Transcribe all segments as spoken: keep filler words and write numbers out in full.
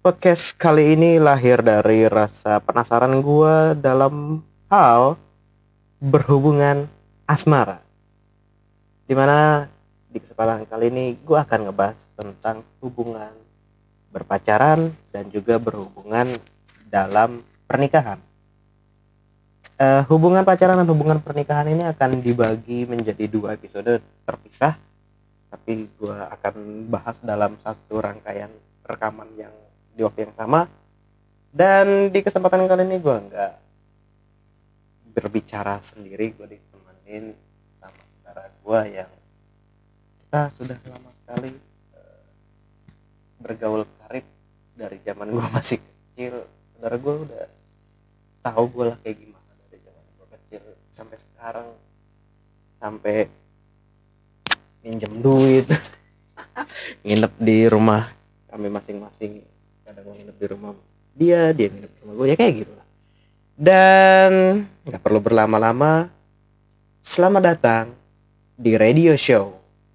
Podcast kali ini lahir dari rasa penasaran gue dalam hal berhubungan asmara. Dimana di kesempatan kali ini gue akan ngebahas tentang hubungan berpacaran dan juga berhubungan dalam pernikahan. Uh, hubungan pacaran dan hubungan pernikahan ini akan dibagi menjadi dua episode terpisah, tapi gue akan bahas dalam satu rangkaian rekaman yang di waktu yang sama. Dan di kesempatan kali ini gue nggak berbicara sendiri, gue ditemenin sama saudara gue yang kita sudah lama sekali uh, bergaul karib dari zaman gue masih kecil. Saudara gue udah tahu gue lah kayak gimana dari zaman gue kecil sampai sekarang, sampai minjem duit nginep di rumah kami masing-masing. Kadang gue nginep di rumah dia, dia nginep di rumah gue, ya kayak gitu lah. Dan gak perlu berlama-lama, selamat datang di radio show.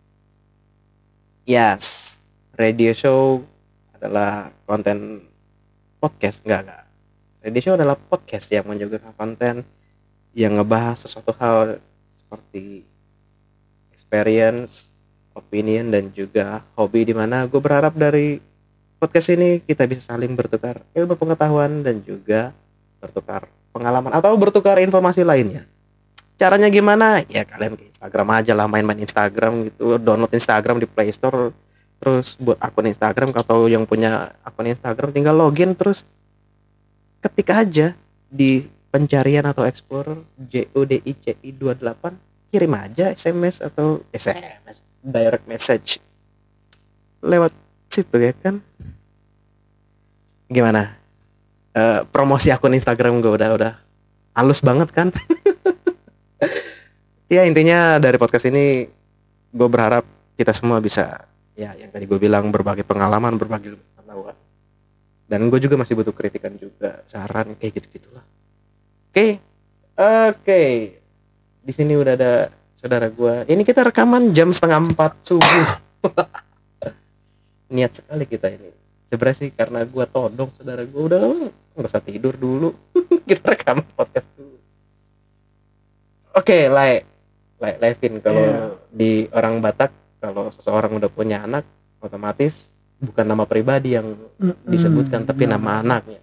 Yes, radio show adalah konten podcast. Enggak, enggak. Radio show adalah podcast yang menjaga konten yang ngebahas sesuatu hal seperti experience, opinion, dan juga hobi, dimana gue berharap dari podcast ini kita bisa saling bertukar ilmu pengetahuan dan juga bertukar pengalaman atau bertukar informasi lainnya. Caranya gimana? Ya kalian ke Instagram aja lah, main-main Instagram gitu, download Instagram di Play Store, terus buat akun Instagram. Kalau yang punya akun Instagram tinggal login, terus ketik aja di pencarian atau Explorer J O D I C I dua delapan, kirim aja S M S atau S M S direct message lewat situ, ya kan? Gimana? Uh, promosi akun Instagram gue udah udah halus banget kan? Ya intinya dari podcast ini gue berharap kita semua bisa, ya yang tadi gue bilang, berbagi pengalaman, berbagi pengetahuan. Dan gue juga masih butuh kritikan juga, saran kayak gitu-gitulah. Oke, okay. oke. Okay. Di sini udah ada saudara gue. Ini kita rekaman jam setengah empat subuh. Niat sekali kita ini. Sebenarnya sih karena gue todong, saudara gue udah nggak usah tidur dulu. Kita rekaman podcast dulu. Oke, okay, like, like, Levin kalau yeah. Di orang Batak, kalau seseorang udah punya anak, otomatis bukan nama pribadi yang mm-hmm. disebutkan, tapi nah. nama anaknya.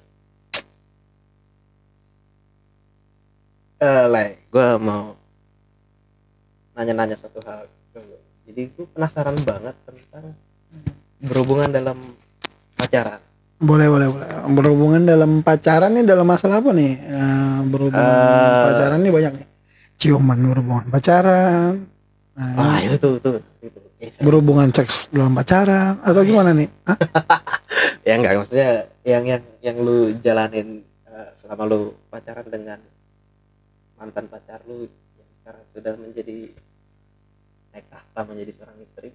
Eh, uh, like, gue mau nanya-nanya satu hal. Jadi gue penasaran banget tentang berhubungan dalam pacaran. Boleh, boleh, boleh. Berhubungan dalam pacaran nih dalam masalah apa nih? Uh, berhubungan uh, pacaran nih banyak nih. Ciuman berhubungan pacaran. Nah, ah, itu tuh, tuh, itu. Berhubungan seks dalam pacaran atau gimana nih? Ya enggak, maksudnya yang yang yang lu jalanin uh, selama lu pacaran dengan mantan pacar lu yang sekarang sudah menjadi naik tahta menjadi seorang istri.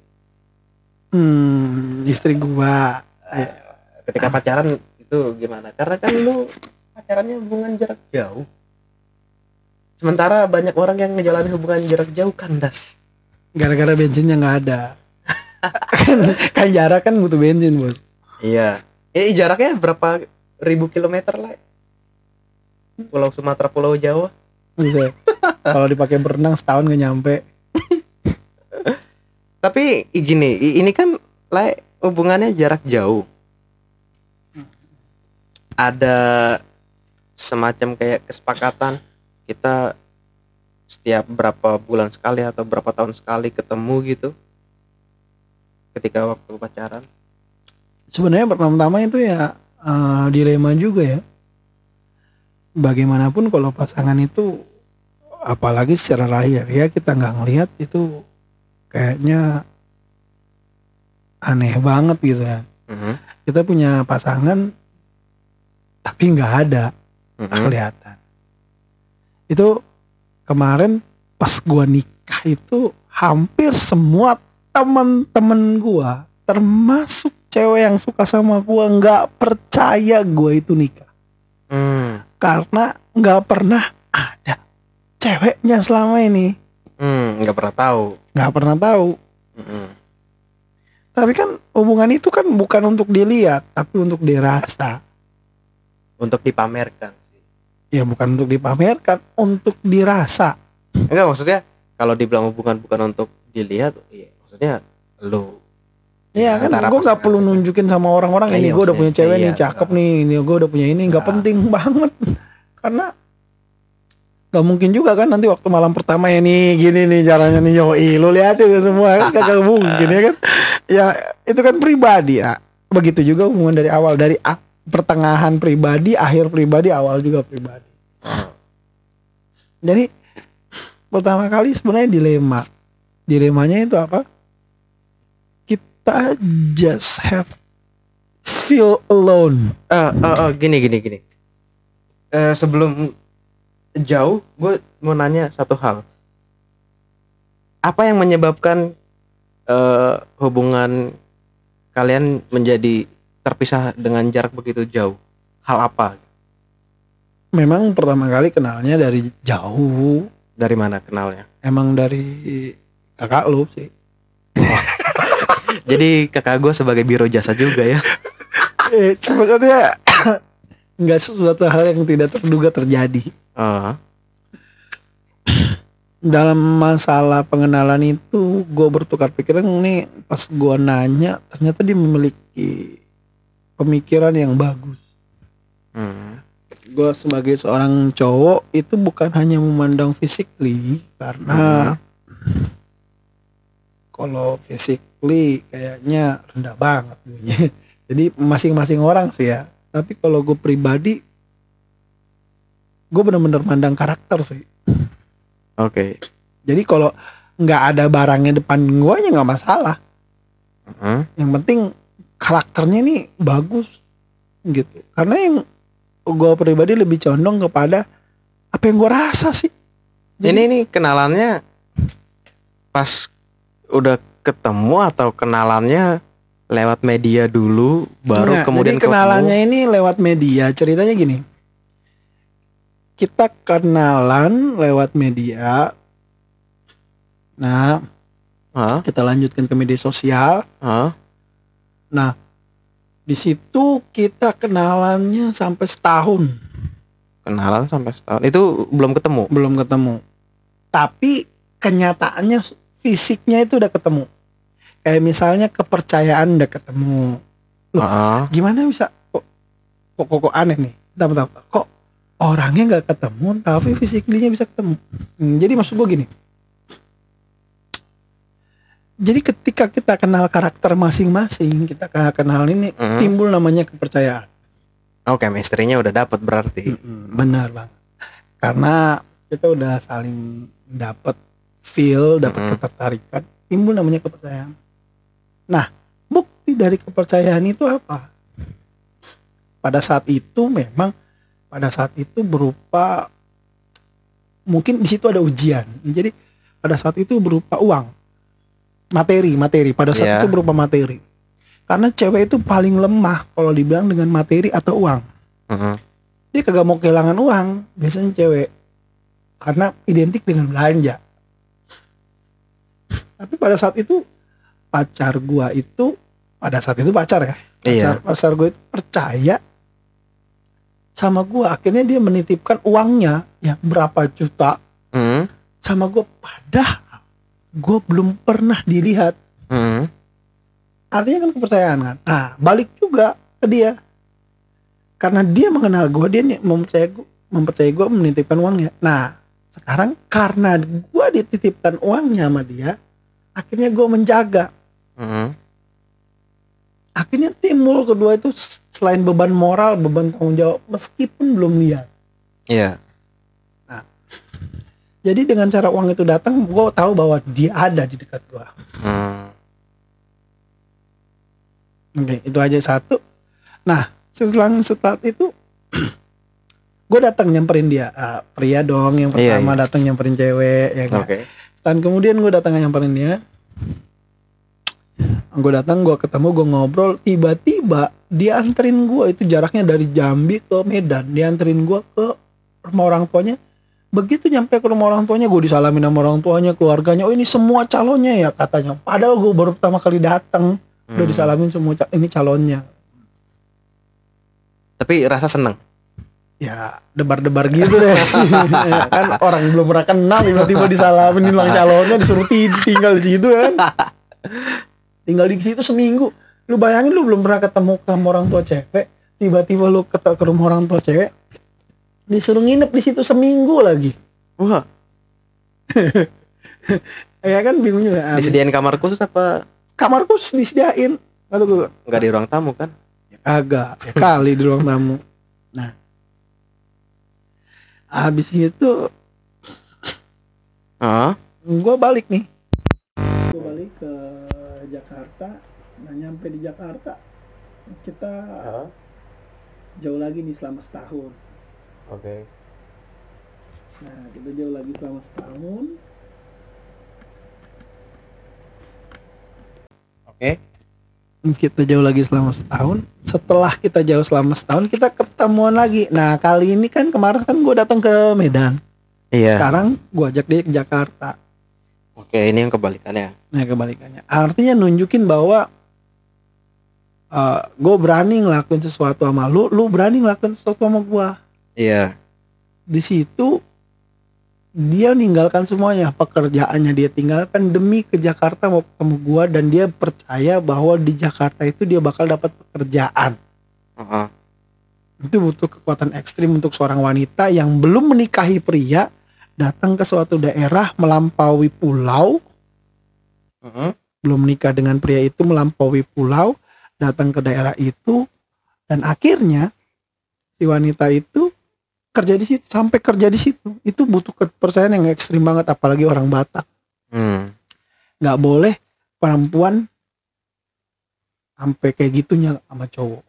Hmm, istri gua. Uh, ketika ah. pacaran itu gimana? Karena kan lu pacarannya hubungan jarak jauh. Sementara banyak orang yang ngejalanin hubungan jarak jauh kandas. Gara-gara bensinnya nggak ada. kan, kan jarak kan butuh bensin, bos. Iya. Ini jaraknya berapa ribu kilometer lah? Pulau Sumatera, Pulau Jawa. Bisa. Kalau dipakai berenang setahun nggak nyampe. Tapi gini, ini kan lah hubungannya jarak jauh. Ada semacam kayak kesepakatan kita setiap berapa bulan sekali atau berapa tahun sekali ketemu gitu ketika waktu pacaran. Sebenarnya pertama-tama itu ya uh, dilema juga ya. Bagaimanapun kalau pasangan itu, apalagi secara lahir ya, kita nggak ngelihat itu kayaknya aneh banget gitu ya. Uh-huh. Kita punya pasangan tapi nggak ada uh-huh. kelihatan. Itu kemarin pas gua nikah itu hampir semua teman-teman gua, termasuk cewek yang suka sama gua, nggak percaya gua itu nikah. Hmm. Karena nggak pernah ada ceweknya selama ini. Hmm, nggak pernah tahu. Nggak pernah tahu. Hmm. Tapi kan hubungan itu kan bukan untuk dilihat, tapi untuk dirasa. Untuk dipamerkan sih. Ya bukan untuk dipamerkan, untuk dirasa. Enggak, maksudnya kalau dibilang hubungan bukan untuk dilihat, iya maksudnya lu. Iya kan, antara gue nggak pasangan perlu itu. nunjukin sama orang-orang Nah, ini iya, gue udah punya maksudnya, cewek iya, nih, cakep nah. nih, ini gue udah punya ini, nggak Nah. penting banget. Karena nggak mungkin juga kan nanti waktu malam pertama ya nih gini nih caranya nih, yoi lu liatin ya semua kan, kagak mungkin ya kan. Ya itu kan pribadi ya. Begitu juga hubungan dari awal, dari a- pertengahan pribadi, akhir pribadi, awal juga pribadi. Jadi pertama kali sebenarnya dilema. Dilemanya itu apa? Kita just have feel alone. Eh, eh, eh, gini gini gini. Eh, sebelum jauh, gue mau nanya satu hal. Apa yang menyebabkan eh, hubungan kalian menjadi terpisah dengan jarak begitu jauh? Hal apa? Memang pertama kali kenalnya dari jauh. Dari mana kenalnya? Emang dari kakak lu sih. Jadi kakak gue sebagai biro jasa juga ya. Eh, sebenarnya nggak sesuatu hal yang tidak terduga terjadi. Oh. Dalam masalah pengenalan itu gue bertukar pikiran nih pas gue nanya, ternyata dia memiliki pemikiran yang bagus. Hmm. Gue sebagai seorang cowok itu bukan hanya memandang physically, karena kalau physically kayaknya rendah banget dulunya. Jadi masing-masing orang sih ya. Tapi kalau gue pribadi, gue benar-benar mandang karakter sih. Oke. Jadi kalau nggak ada barangnya depan gue ya nggak masalah. Hmm. Yang penting karakternya nih bagus gitu. Karena yang gue pribadi lebih condong kepada apa yang gue rasa sih. Jadi, Ini nih kenalannya pas udah ketemu atau kenalannya lewat media dulu baru Nah, kemudian jadi kenalannya ini lewat media. Ceritanya gini, kita kenalan lewat media. Nah, Hah? kita lanjutkan ke media sosial. Hah? Nah, di situ kita kenalannya sampai setahun. Kenalan sampai setahun itu belum ketemu. Belum ketemu. Tapi kenyataannya fisiknya itu udah ketemu. Kayak misalnya kepercayaan udah ketemu. Loh, Heeh. gimana bisa kok kok, kok, kok aneh nih. Bentar, bentar. Kok orangnya nggak ketemu tapi fisiklinya bisa ketemu. Hmm, jadi maksud gue gini. Jadi ketika kita kenal karakter masing-masing, kita kenal ini Hmm. timbul namanya kepercayaan. Oke, chemistry-nya udah dapat berarti. Mm-mm, benar banget. Karena kita udah saling dapat feel, dapat Mm-mm. ketertarikan, timbul namanya kepercayaan. Nah, bukti dari kepercayaan itu apa? Pada saat itu memang pada saat itu berupa, mungkin di situ ada ujian. Jadi pada saat itu berupa uang, materi, materi. Pada saat Iya. itu berupa materi. Karena cewek itu paling lemah kalau dibilang dengan materi atau uang. Heeh. Dia kagak mau kehilangan uang, biasanya cewek, karena identik dengan belanja. Tapi pada saat itu pacar gua itu, pada saat itu pacar ya, pacar, Iya. pacar gua itu percaya sama gua. Akhirnya dia menitipkan uangnya yang berapa juta Hmm. sama gua, padahal gua belum pernah dilihat. Hmm. Artinya kan kepercayaan kan. Nah, balik juga ke dia. Karena dia mengenal gue, dia nih mempercayai gue, mempercayai gue menitipkan uangnya. Nah, sekarang karena gue dititipkan uangnya sama dia, akhirnya gue menjaga. Hmm. Akhirnya timbul kedua itu selain beban moral, beban tanggung jawab, meskipun belum lihat. Iya. Jadi dengan cara uang itu datang, gue tahu bahwa dia ada di dekat gue. Hmm. Oke, itu aja satu. Nah, setelah setelah itu gue datang nyamperin dia. Ah, pria dong yang Iya, pertama iya. datang nyamperin cewek ya kan. Oke. Dan kemudian gue datang nyamperin dia. Gue datang, gue ketemu, gue ngobrol. Tiba-tiba dia anterin gue, itu jaraknya dari Jambi ke Medan. Dia anterin gue ke rumah orang tuanya. Begitu nyampe ke rumah orang tuanya, gue disalamin sama orang tuanya, keluarganya. Oh, ini semua calonnya ya katanya. Padahal gue baru pertama kali datang. Udah disalamin semua ini calonnya. Tapi rasa seneng. Ya debar-debar gitu deh. Kan orang belum pernah kenal tiba-tiba disalamin hilang calonnya, disuruh tinggal di situ kan. Tinggal di situ seminggu. Lu bayangin lu belum pernah ketemu sama orang tua cewek, tiba-tiba lu ketemu ke rumah orang tua cewek, disuruh nginep di situ seminggu lagi. Wah. Ya kan bingung juga. Disediain kamar khusus apa? Kamar khusus disediain. Atau gua enggak di ruang tamu kan? Ya, agak ya kali di ruang tamu. Nah, habis itu uh. gue balik nih. Gue balik ke Jakarta. Nah, nyampe di Jakarta kita uh. jauh lagi nih selama setahun. Oke. Okay. Nah, kita jauh lagi selama setahun. Oke. Okay. Kita jauh lagi selama setahun. Setelah kita jauh selama setahun, kita ketemuan lagi. Nah, kali ini kan kemarin kan gue datang ke Medan. Iya. Sekarang gue ajak dia ke Jakarta. Oke, ini yang kebalikannya. Nah, kebalikannya. Artinya nunjukin bahwa uh, gue berani ngelakuin sesuatu sama lu, lu berani ngelakuin sesuatu sama gue. Iya. Di situ dia meninggalkan semuanya, pekerjaannya dia tinggalkan demi ke Jakarta mau ketemu gua, dan dia percaya bahwa di Jakarta itu dia bakal dapat pekerjaan. Uh-huh. Itu butuh kekuatan ekstrim untuk seorang wanita yang belum menikahi pria datang ke suatu daerah melampaui pulau, uh-huh. belum menikah dengan pria itu, melampaui pulau datang ke daerah itu, dan akhirnya si wanita itu kerja di situ, sampai kerja di situ. Itu butuh kepercayaan yang ekstrim banget, apalagi orang Batak. Hmm. Nggak boleh perempuan sampai kayak gitunya sama cowok.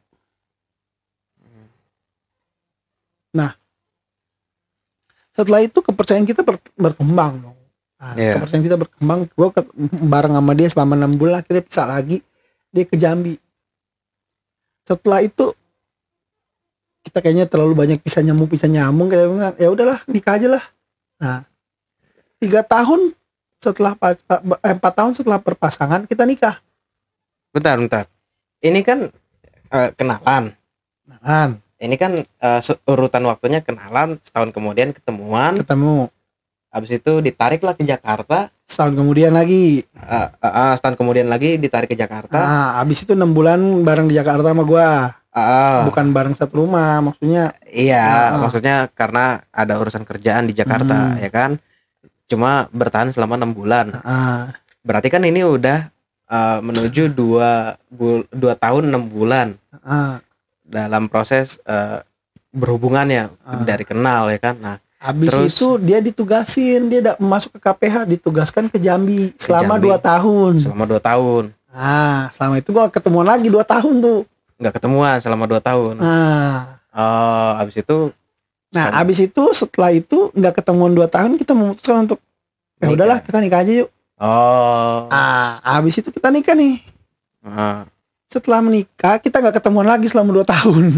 Nah, setelah itu kepercayaan kita ber, berkembang. Nah, yeah. Kepercayaan kita berkembang. Gue bareng sama dia selama enam bulan, akhirnya pisah lagi. Dia ke Jambi. Setelah itu kita kayaknya terlalu banyak pisah nyambung pisah nyambung kayak ya udahlah nikah aja lah. Nah, tiga tahun setelah eh, empat tahun setelah berpasangan kita nikah. Bentar bentar. Ini kan uh, kenalan. Kenalan. Ini kan uh, urutan waktunya kenalan, setahun kemudian ketemuan. Ketemu. Habis itu ditariklah ke Jakarta. Setahun kemudian lagi. Uh, uh, uh, setahun kemudian lagi ditarik ke Jakarta. Ah, habis itu enam bulan bareng di Jakarta sama gua. Uh, bukan bareng satu rumah maksudnya. Iya, uh, maksudnya karena ada urusan kerjaan di Jakarta, hmm. ya kan. Cuma bertahan selama enam bulan. Uh, Berarti kan ini udah uh, menuju dua bul- dua tahun enam bulan uh, dalam proses uh, berhubungannya uh, dari kenal, ya kan. Nah, habis terus, itu dia ditugasin, dia da- masuk ke K P H, ditugaskan ke Jambi selama dua tahun. Selama dua tahun. Ah, selama itu gua ketemuan lagi dua tahun tuh. Nggak ketemuan selama dua tahun. Nah, oh, abis itu. Nah, sama. Abis itu setelah itu nggak ketemuan dua tahun, kita memutuskan untuk ya udahlah kita nikah aja yuk. Oh. Ah, abis itu kita nikah nih. Ah. Setelah menikah kita nggak ketemuan lagi selama dua tahun.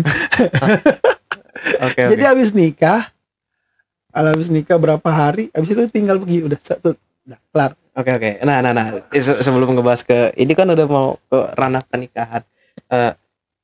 okay, Jadi okay. Abis nikah, abis nikah berapa hari, abis itu tinggal pergi udah satu, udah kelar. Oke okay, oke. Okay. Nah nah nah. Se- sebelum ngebahas ke ini kan udah mau ke ranah pernikahan. Uh,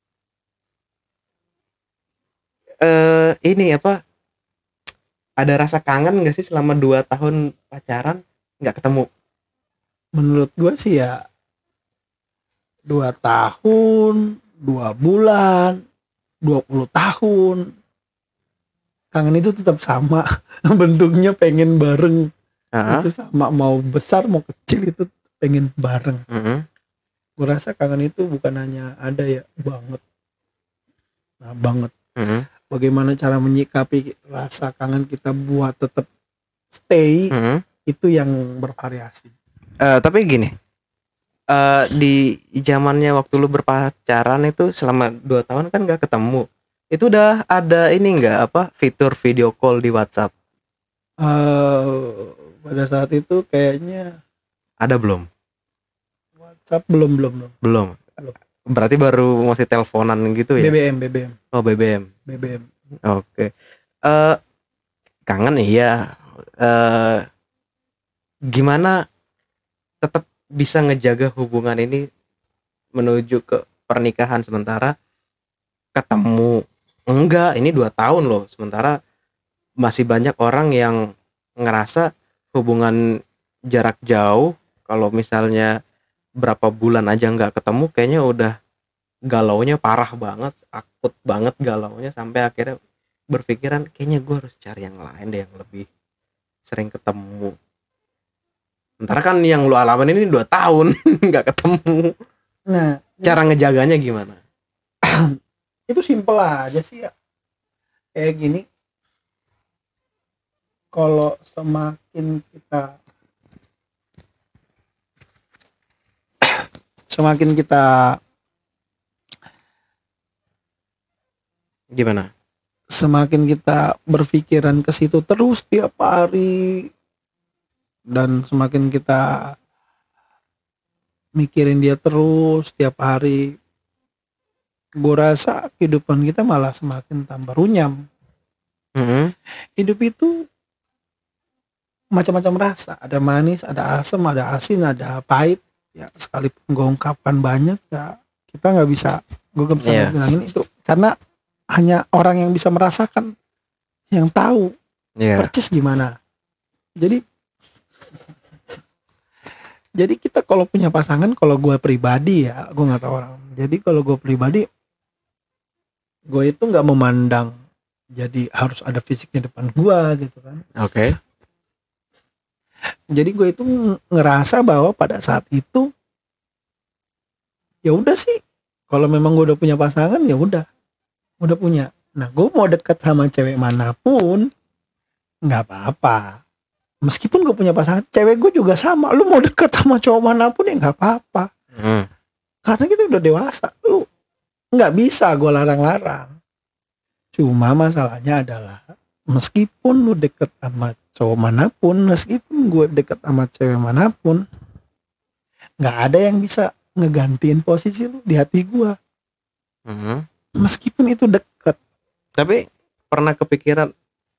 Uh, ini apa, ada rasa kangen gak sih selama dua tahun pacaran gak ketemu? Menurut gue sih ya dua tahun, dua bulan, dua puluh tahun, kangen itu tetap sama. Bentuknya pengen bareng. Uh-huh. Itu sama, mau besar mau kecil itu pengen bareng. uh-huh. Gue rasa kangen itu bukan hanya ada ya, banget. Nah banget. uh-huh. Bagaimana cara menyikapi rasa kangen kita buat tetap stay, hmm. itu yang bervariasi. Uh, tapi gini, uh, di zamannya waktu lu berpacaran itu selama dua tahun kan gak ketemu, itu udah ada ini gak apa fitur video call di WhatsApp? Uh, pada saat itu kayaknya ada belum? WhatsApp belum belum belum. Belum. Belum. Berarti baru masih teleponan gitu ya? B B M, B B M. Oh B B M. B B M. Oke. Okay. Uh, kangen iya. Uh, gimana tetap bisa ngejaga hubungan ini menuju ke pernikahan, sementara ketemu enggak, ini dua tahun loh, sementara masih banyak orang yang ngerasa hubungan jarak jauh kalau misalnya berapa bulan aja nggak ketemu kayaknya udah galaunya parah banget, akut banget galaunya, sampai akhirnya berpikiran kayaknya gue harus cari yang lain deh yang lebih sering ketemu. Sementara kan yang lu alamin ini dua tahun nggak ketemu. Nah, cara ngejaganya gimana? Itu simpel aja sih ya. Kayak gini, kalau semakin kita semakin kita gimana? Semakin kita berpikiran ke situ terus tiap hari, dan semakin kita mikirin dia terus tiap hari, gue rasa kehidupan kita malah semakin tambah runyam. Mm-hmm. Hidup itu macam-macam rasa, ada manis, ada asam, ada asin, ada pahit. Ya sekalipun gue ungkapkan banyak, ya kita nggak bisa, gue nggak bisa yeah. bilangin itu karena hanya orang yang bisa merasakan, yang tahu yeah. percis gimana. Jadi jadi kita kalau punya pasangan, kalau gue pribadi ya, gue nggak tahu orang. Jadi kalau gue pribadi, gue itu nggak memandang jadi harus ada fisiknya depan gue gitu kan. Oke. Okay. Jadi gue itu ngerasa bahwa pada saat itu ya udah sih, kalau memang gue udah punya pasangan ya udah, udah punya. Nah gue mau dekat sama cewek manapun nggak apa-apa. Meskipun gue punya pasangan, cewek gue juga sama. Lu mau dekat sama cowok manapun ya nggak apa-apa. Hmm. Karena kita udah dewasa. Lu nggak bisa gue larang-larang. Cuma masalahnya adalah meskipun lu deket sama cowok manapun, meskipun gue deket sama cewek manapun, nggak ada yang bisa ngegantiin posisi lu di hati gue. Mm-hmm. Meskipun itu deket. Tapi pernah kepikiran,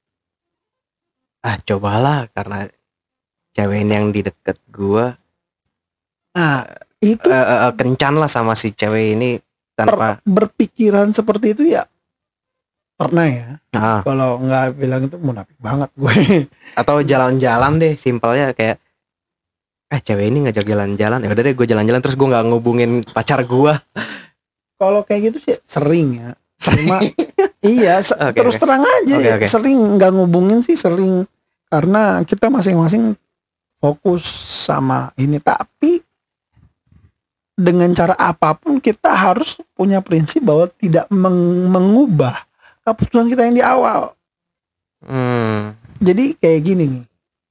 ah cobalah karena cewek ini yang di deket gue, nah itu uh, uh, kencan lah sama si cewek ini tanpa per, berpikiran seperti itu ya pernah ya. Ah. Kalau nggak bilang itu munafik banget gue. Atau jalan-jalan deh, simpelnya kayak eh cewek ini ngajak jalan-jalan, ya udah deh gue jalan-jalan, terus gue nggak ngubungin pacar gue. Kalau kayak gitu sih sering ya. Cuma iya se- okay, terus okay. terang aja okay, okay. Sering nggak ngubungin sih sering, karena kita masing-masing fokus sama ini. Tapi dengan cara apapun kita harus punya prinsip bahwa tidak meng- mengubah keputusan kita yang di awal. Hmm. Jadi kayak gini nih,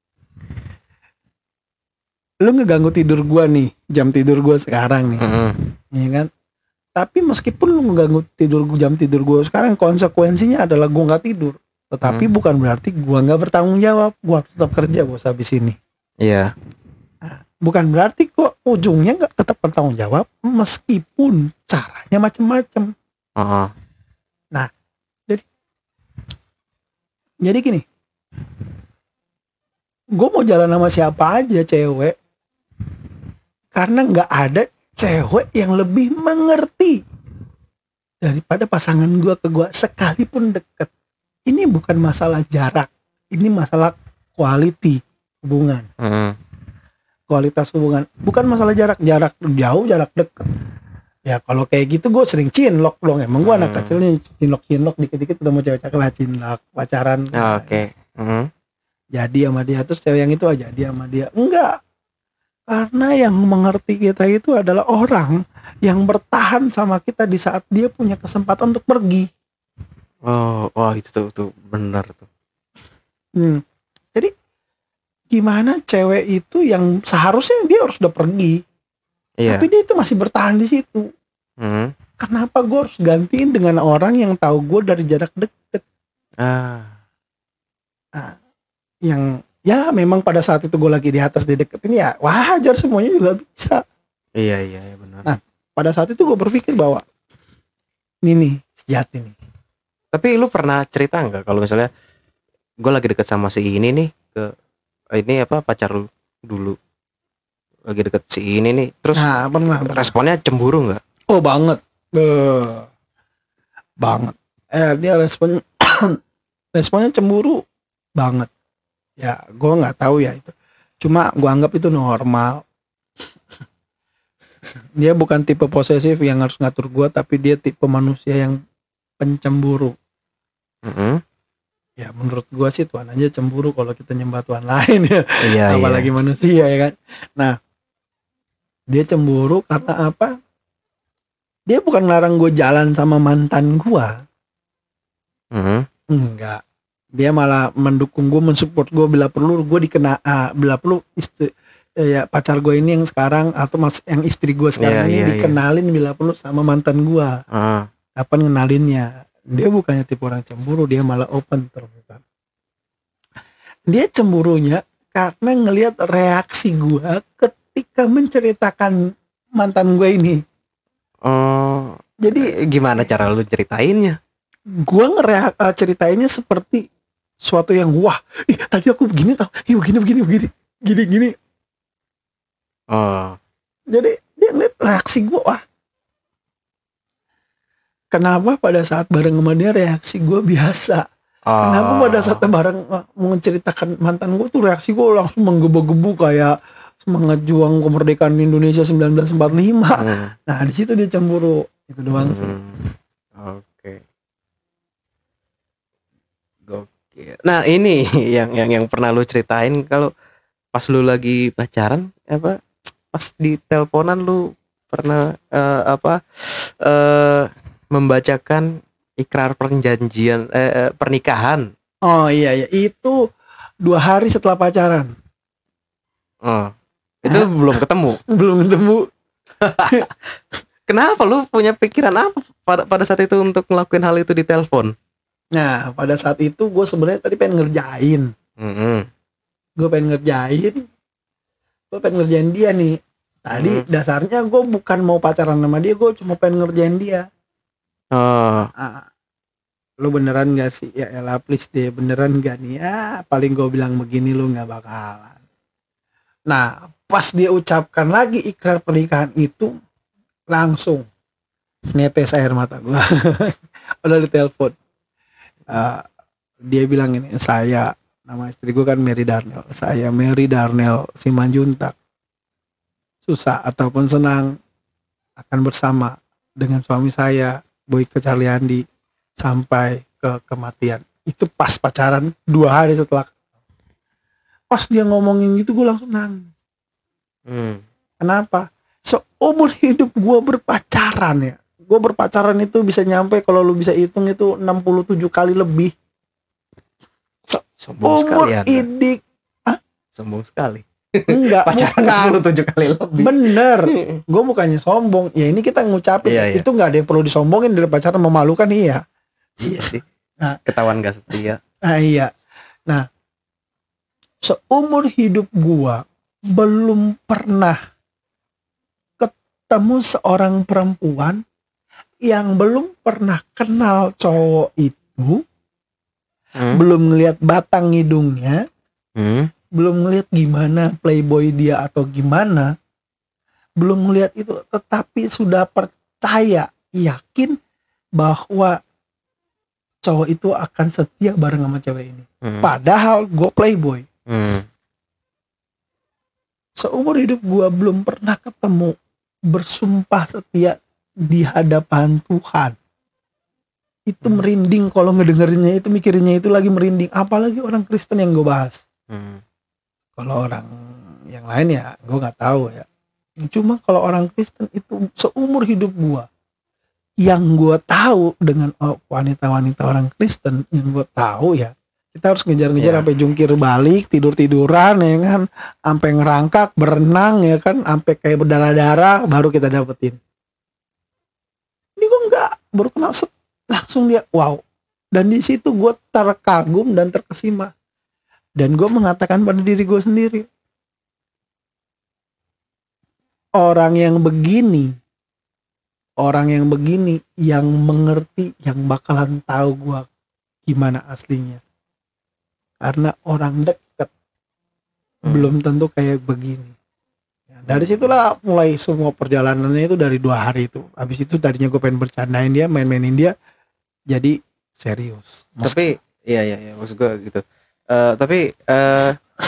lu ngeganggu tidur gua nih, jam tidur gua sekarang nih, mm-hmm. ya kan? Tapi meskipun lu ngeganggu tidur jam tidur gua sekarang, konsekuensinya adalah gua nggak tidur. Tetapi mm. bukan berarti gua nggak bertanggung jawab, gua tetap kerja bos habis ini. Iya. Yeah. Nah, bukan berarti kok ujungnya nggak tetap bertanggung jawab, meskipun caranya macam-macam. Uh-huh. Nah, jadi jadi gini, gue mau jalan sama siapa aja cewek, karena nggak ada cewek yang lebih mengerti daripada pasangan gue ke gue, sekalipun deket. Ini bukan masalah jarak, ini masalah quality hubungan. Uh-huh. Kualitas hubungan, bukan masalah jarak, jarak jauh, jarak dekat. Ya kalau kayak gitu gue sering cinlok dong. Emang gue hmm. anak kecilnya cinlok-cinlok dikit-dikit udah mau cewek cakep lah, cinlok pacaran. Oh, oke. Okay. Hmm. Jadi sama dia, terus cewek yang itu aja dia sama dia. Enggak. Karena yang mengerti kita itu adalah orang yang bertahan sama kita di saat dia punya kesempatan untuk pergi. Oh, wah itu tuh, tuh benar tuh. Hmm. Jadi gimana cewek itu yang seharusnya dia harus udah pergi. Iya. Tapi dia itu masih bertahan di situ. Hmm. Kenapa gue harus gantiin dengan orang yang tahu gue dari jarak deket? Ah. Nah, yang ya memang pada saat itu gue lagi di atas di deket ini ya wajar, semuanya juga bisa. Iya iya, iya benar. Nah pada saat itu gue berpikir bahwa ini nih sejati nih. Tapi lu pernah cerita nggak kalau misalnya gue lagi deket sama si ini nih, ke ini apa pacar lu dulu? lagi deket si ini nih, terus Nah, pernah, pernah. responnya cemburu nggak? Oh banget, Beuh. banget. Eh dia respon responnya cemburu banget. Ya, gue nggak tahu ya itu. Cuma gue anggap itu normal. Dia bukan tipe posesif yang harus ngatur gue, tapi dia tipe manusia yang pencemburu. Mm-hmm. Ya menurut gue sih Tuhan aja cemburu kalau kita nyembah Tuhan lain ya. Iya, Apalagi iya. manusia ya kan. Nah, dia cemburu karena apa? Dia bukan ngelarang gue jalan sama mantan gue. Mm-hmm. Enggak. Dia malah mendukung gue, mensupport gue bila perlu gue dikena ah, bila perlu istri, ya pacar gue ini yang sekarang atau mas yang istri gue sekarang Iya, ini iya, dikenalin iya. bila perlu sama mantan gue. Ah. Kapan ngenalinnya? Dia bukannya tipe orang cemburu, dia malah open terbuka. Dia cemburunya karena ngelihat reaksi gue ketika menceritakan mantan gue ini. Oh, Jadi gimana cara lu ceritainnya? Gue ngereak uh, ceritainnya seperti suatu yang wah, ih tadi aku begini tau, ih begini begini begini, gini gini. Oh. Jadi dia ngeliat reaksi gue, wah. Kenapa pada saat bareng sama dia reaksi gue biasa? Oh. Kenapa pada saat bareng menceritakan mantan gue tuh reaksi gue langsung menggebu-gebu kayak semangat juang kemerdekaan Indonesia sembilan belas empat puluh lima. Hmm. Nah di situ dia cemburu, itu doang hmm. sih. Oke. Gokil. Nah ini yang yang yang pernah lu ceritain kalau pas lu lagi pacaran apa? Pas di teleponan lu pernah uh, apa? Uh, membacakan ikrar perjanjian eh, pernikahan. Oh iya iya itu dua hari setelah pacaran. Oh itu Hah? belum ketemu. belum ketemu. Kenapa lu punya pikiran apa pada pada saat itu untuk ngelakuin hal itu di telepon? Nah pada saat itu gue sebenarnya tadi pengen ngerjain. Mm-hmm. Gue pengen ngerjain. Gue pengen ngerjain dia nih. Tadi mm-hmm. dasarnya gue bukan mau pacaran sama dia, gue cuma pengen ngerjain dia. Oh. Ah, lu beneran gak sih? Ya elah please deh, beneran gak nih? Ya paling gue bilang begini lu gak bakalan. Nah pas dia ucapkan lagi ikrar pernikahan itu, langsung netes air mata gue. Udah ditelepon. Uh, dia bilang ini, saya, nama istri gue kan Mary Darnell, saya Mary Darnell Simanjuntak, susah ataupun senang akan bersama dengan suami saya Boyke Charliandi sampai ke kematian. Itu pas pacaran dua hari setelah. Pas dia ngomongin gitu gue langsung nangis. Hmm. Kenapa? Seumur hidup gue berpacaran ya. Gue berpacaran itu bisa nyampe kalau lu bisa hitung itu enam puluh tujuh kali lebih. Sombong sekali ya. Hidup. Sombong sekali. Enggak, pacaran enam puluh tujuh kali lebih. Bener. Gue bukannya sombong. Ya ini kita ngucapin. Iya, itu iya. Gak ada yang perlu disombongin dari pacaran, memalukan iya. Iya sih. Nah, ketahuan gak setia. Nah iya. Nah, seumur hidup gue belum pernah ketemu seorang perempuan yang belum pernah kenal cowok itu, hmm? belum ngeliat batang hidungnya, hmm? belum ngeliat gimana playboy dia atau gimana, belum ngeliat itu, tetapi sudah percaya, yakin bahwa cowok itu akan setia bareng sama cewek ini. Hmm. Padahal gue playboy. Hmm. Seumur hidup gue belum pernah ketemu bersumpah setia di hadapan Tuhan. Itu hmm. merinding kalau ngedengerinnya itu, mikirinnya itu lagi merinding. Apalagi orang Kristen yang gue bahas. Hmm. Kalau orang yang lain ya gue gak tahu ya. Cuma kalau orang Kristen itu seumur hidup gue, yang gue tahu dengan wanita-wanita orang Kristen, yang gue tahu ya, kita harus ngejar-ngejar yeah. sampai jungkir balik, tidur-tiduran ya kan, sampai ngerangkak, berenang ya kan, sampai kayak berdarah-darah baru kita dapetin. Ini gue enggak, baru kenal set, langsung dia wow. Dan di situ gue terkagum dan terkesima. Dan gue mengatakan pada diri gue sendiri, orang yang begini, orang yang begini, yang mengerti, yang bakalan tahu gue gimana aslinya. Karena orang dekat hmm. belum tentu kayak begini. Ya. Dari situlah mulai semua perjalanannya itu dari dua hari itu. Habis itu tadinya gue pengen bercandain dia, main-mainin dia, jadi serius. Mas- Tapi iya iya iya maksud gue gitu. Eh tapi eh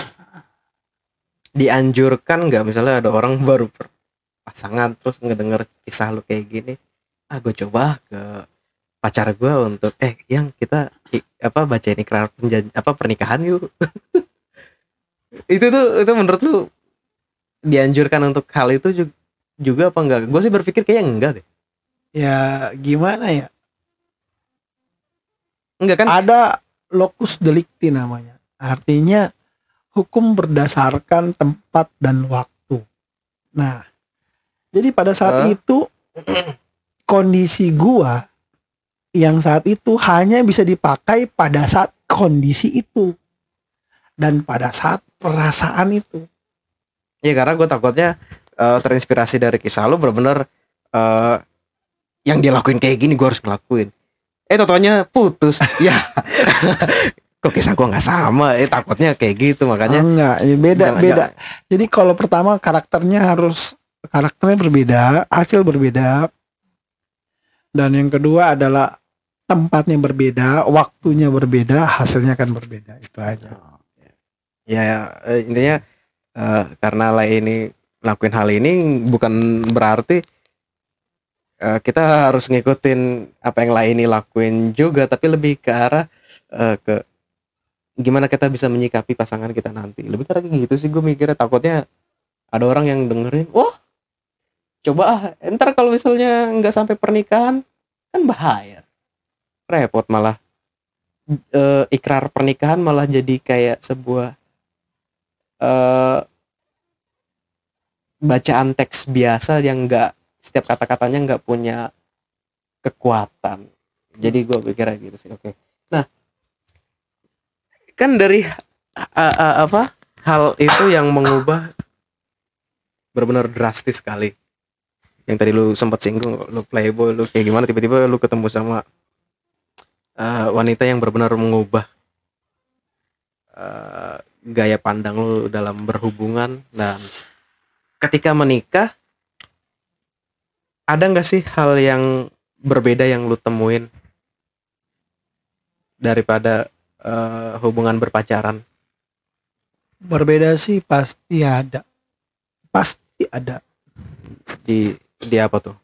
dianjurkan nggak misalnya ada orang baru pasangan terus ngedenger kisah lu kayak gini, ah gue coba ke pacar gue untuk eh yang kita i- apa bacain ikrar penjan apa pernikahan yuk. Itu tuh itu menurut lu dianjurkan untuk hal itu juga, juga apa enggak? Gue sih berpikir kayaknya enggak deh. ya gimana ya? Enggak kan? Ada locus delicti namanya. Artinya hukum berdasarkan tempat dan waktu. Nah, jadi pada saat Eh. itu kondisi gua yang saat itu hanya bisa dipakai pada saat kondisi itu dan pada saat perasaan itu. Ya karena gue takutnya eh, terinspirasi dari kisah lu bener-bener eh, yang dia lakuin kayak gini gue harus ngelakuin. Eh totonya putus. Ya. Kok kisah gue nggak sama? Eh takutnya kayak gitu makanya. Oh, enggak, ya beda jangan- beda. jangan- Jadi kalau pertama karakternya harus karakternya berbeda, hasil berbeda. Dan yang kedua adalah tempatnya berbeda, waktunya berbeda, hasilnya akan berbeda. Itu aja. Ya eh, intinya eh, karena Lai ini lakuin hal ini bukan berarti eh, kita harus ngikutin apa yang Lai ini lakuin juga, tapi lebih ke arah eh, ke gimana kita bisa menyikapi pasangan kita nanti. Lebih karena kayak gitu sih gue mikirnya, takutnya ada orang yang dengerin, wah coba ah, entar kalau misalnya nggak sampai pernikahan kan bahaya, repot malah eh, ikrar pernikahan malah jadi kayak sebuah eh, bacaan teks biasa yang nggak setiap kata-katanya nggak punya kekuatan. Jadi gue pikirnya gitu sih. Oke. Nah, kan dari a- a- apa hal itu yang mengubah benar-benar drastis sekali. Yang tadi lu sempat singgung, lu playboy, lu kayak gimana tiba-tiba lu ketemu sama eh, wanita yang benar-benar mengubah eh, gaya pandang lu dalam berhubungan, dan ketika menikah ada nggak sih hal yang berbeda yang lu temuin daripada eh, hubungan berpacaran? Berbeda sih pasti ada. Pasti ada. Di di apa tuh?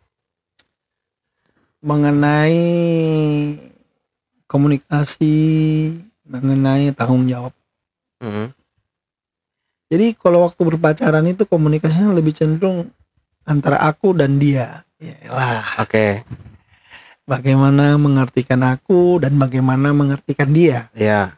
Mengenai komunikasi, mengenai tanggung jawab. Mhm. Jadi kalau waktu berpacaran itu komunikasinya lebih cenderung antara aku dan dia. Yalah, Oke, bagaimana mengartikan aku dan bagaimana mengartikan dia. ya.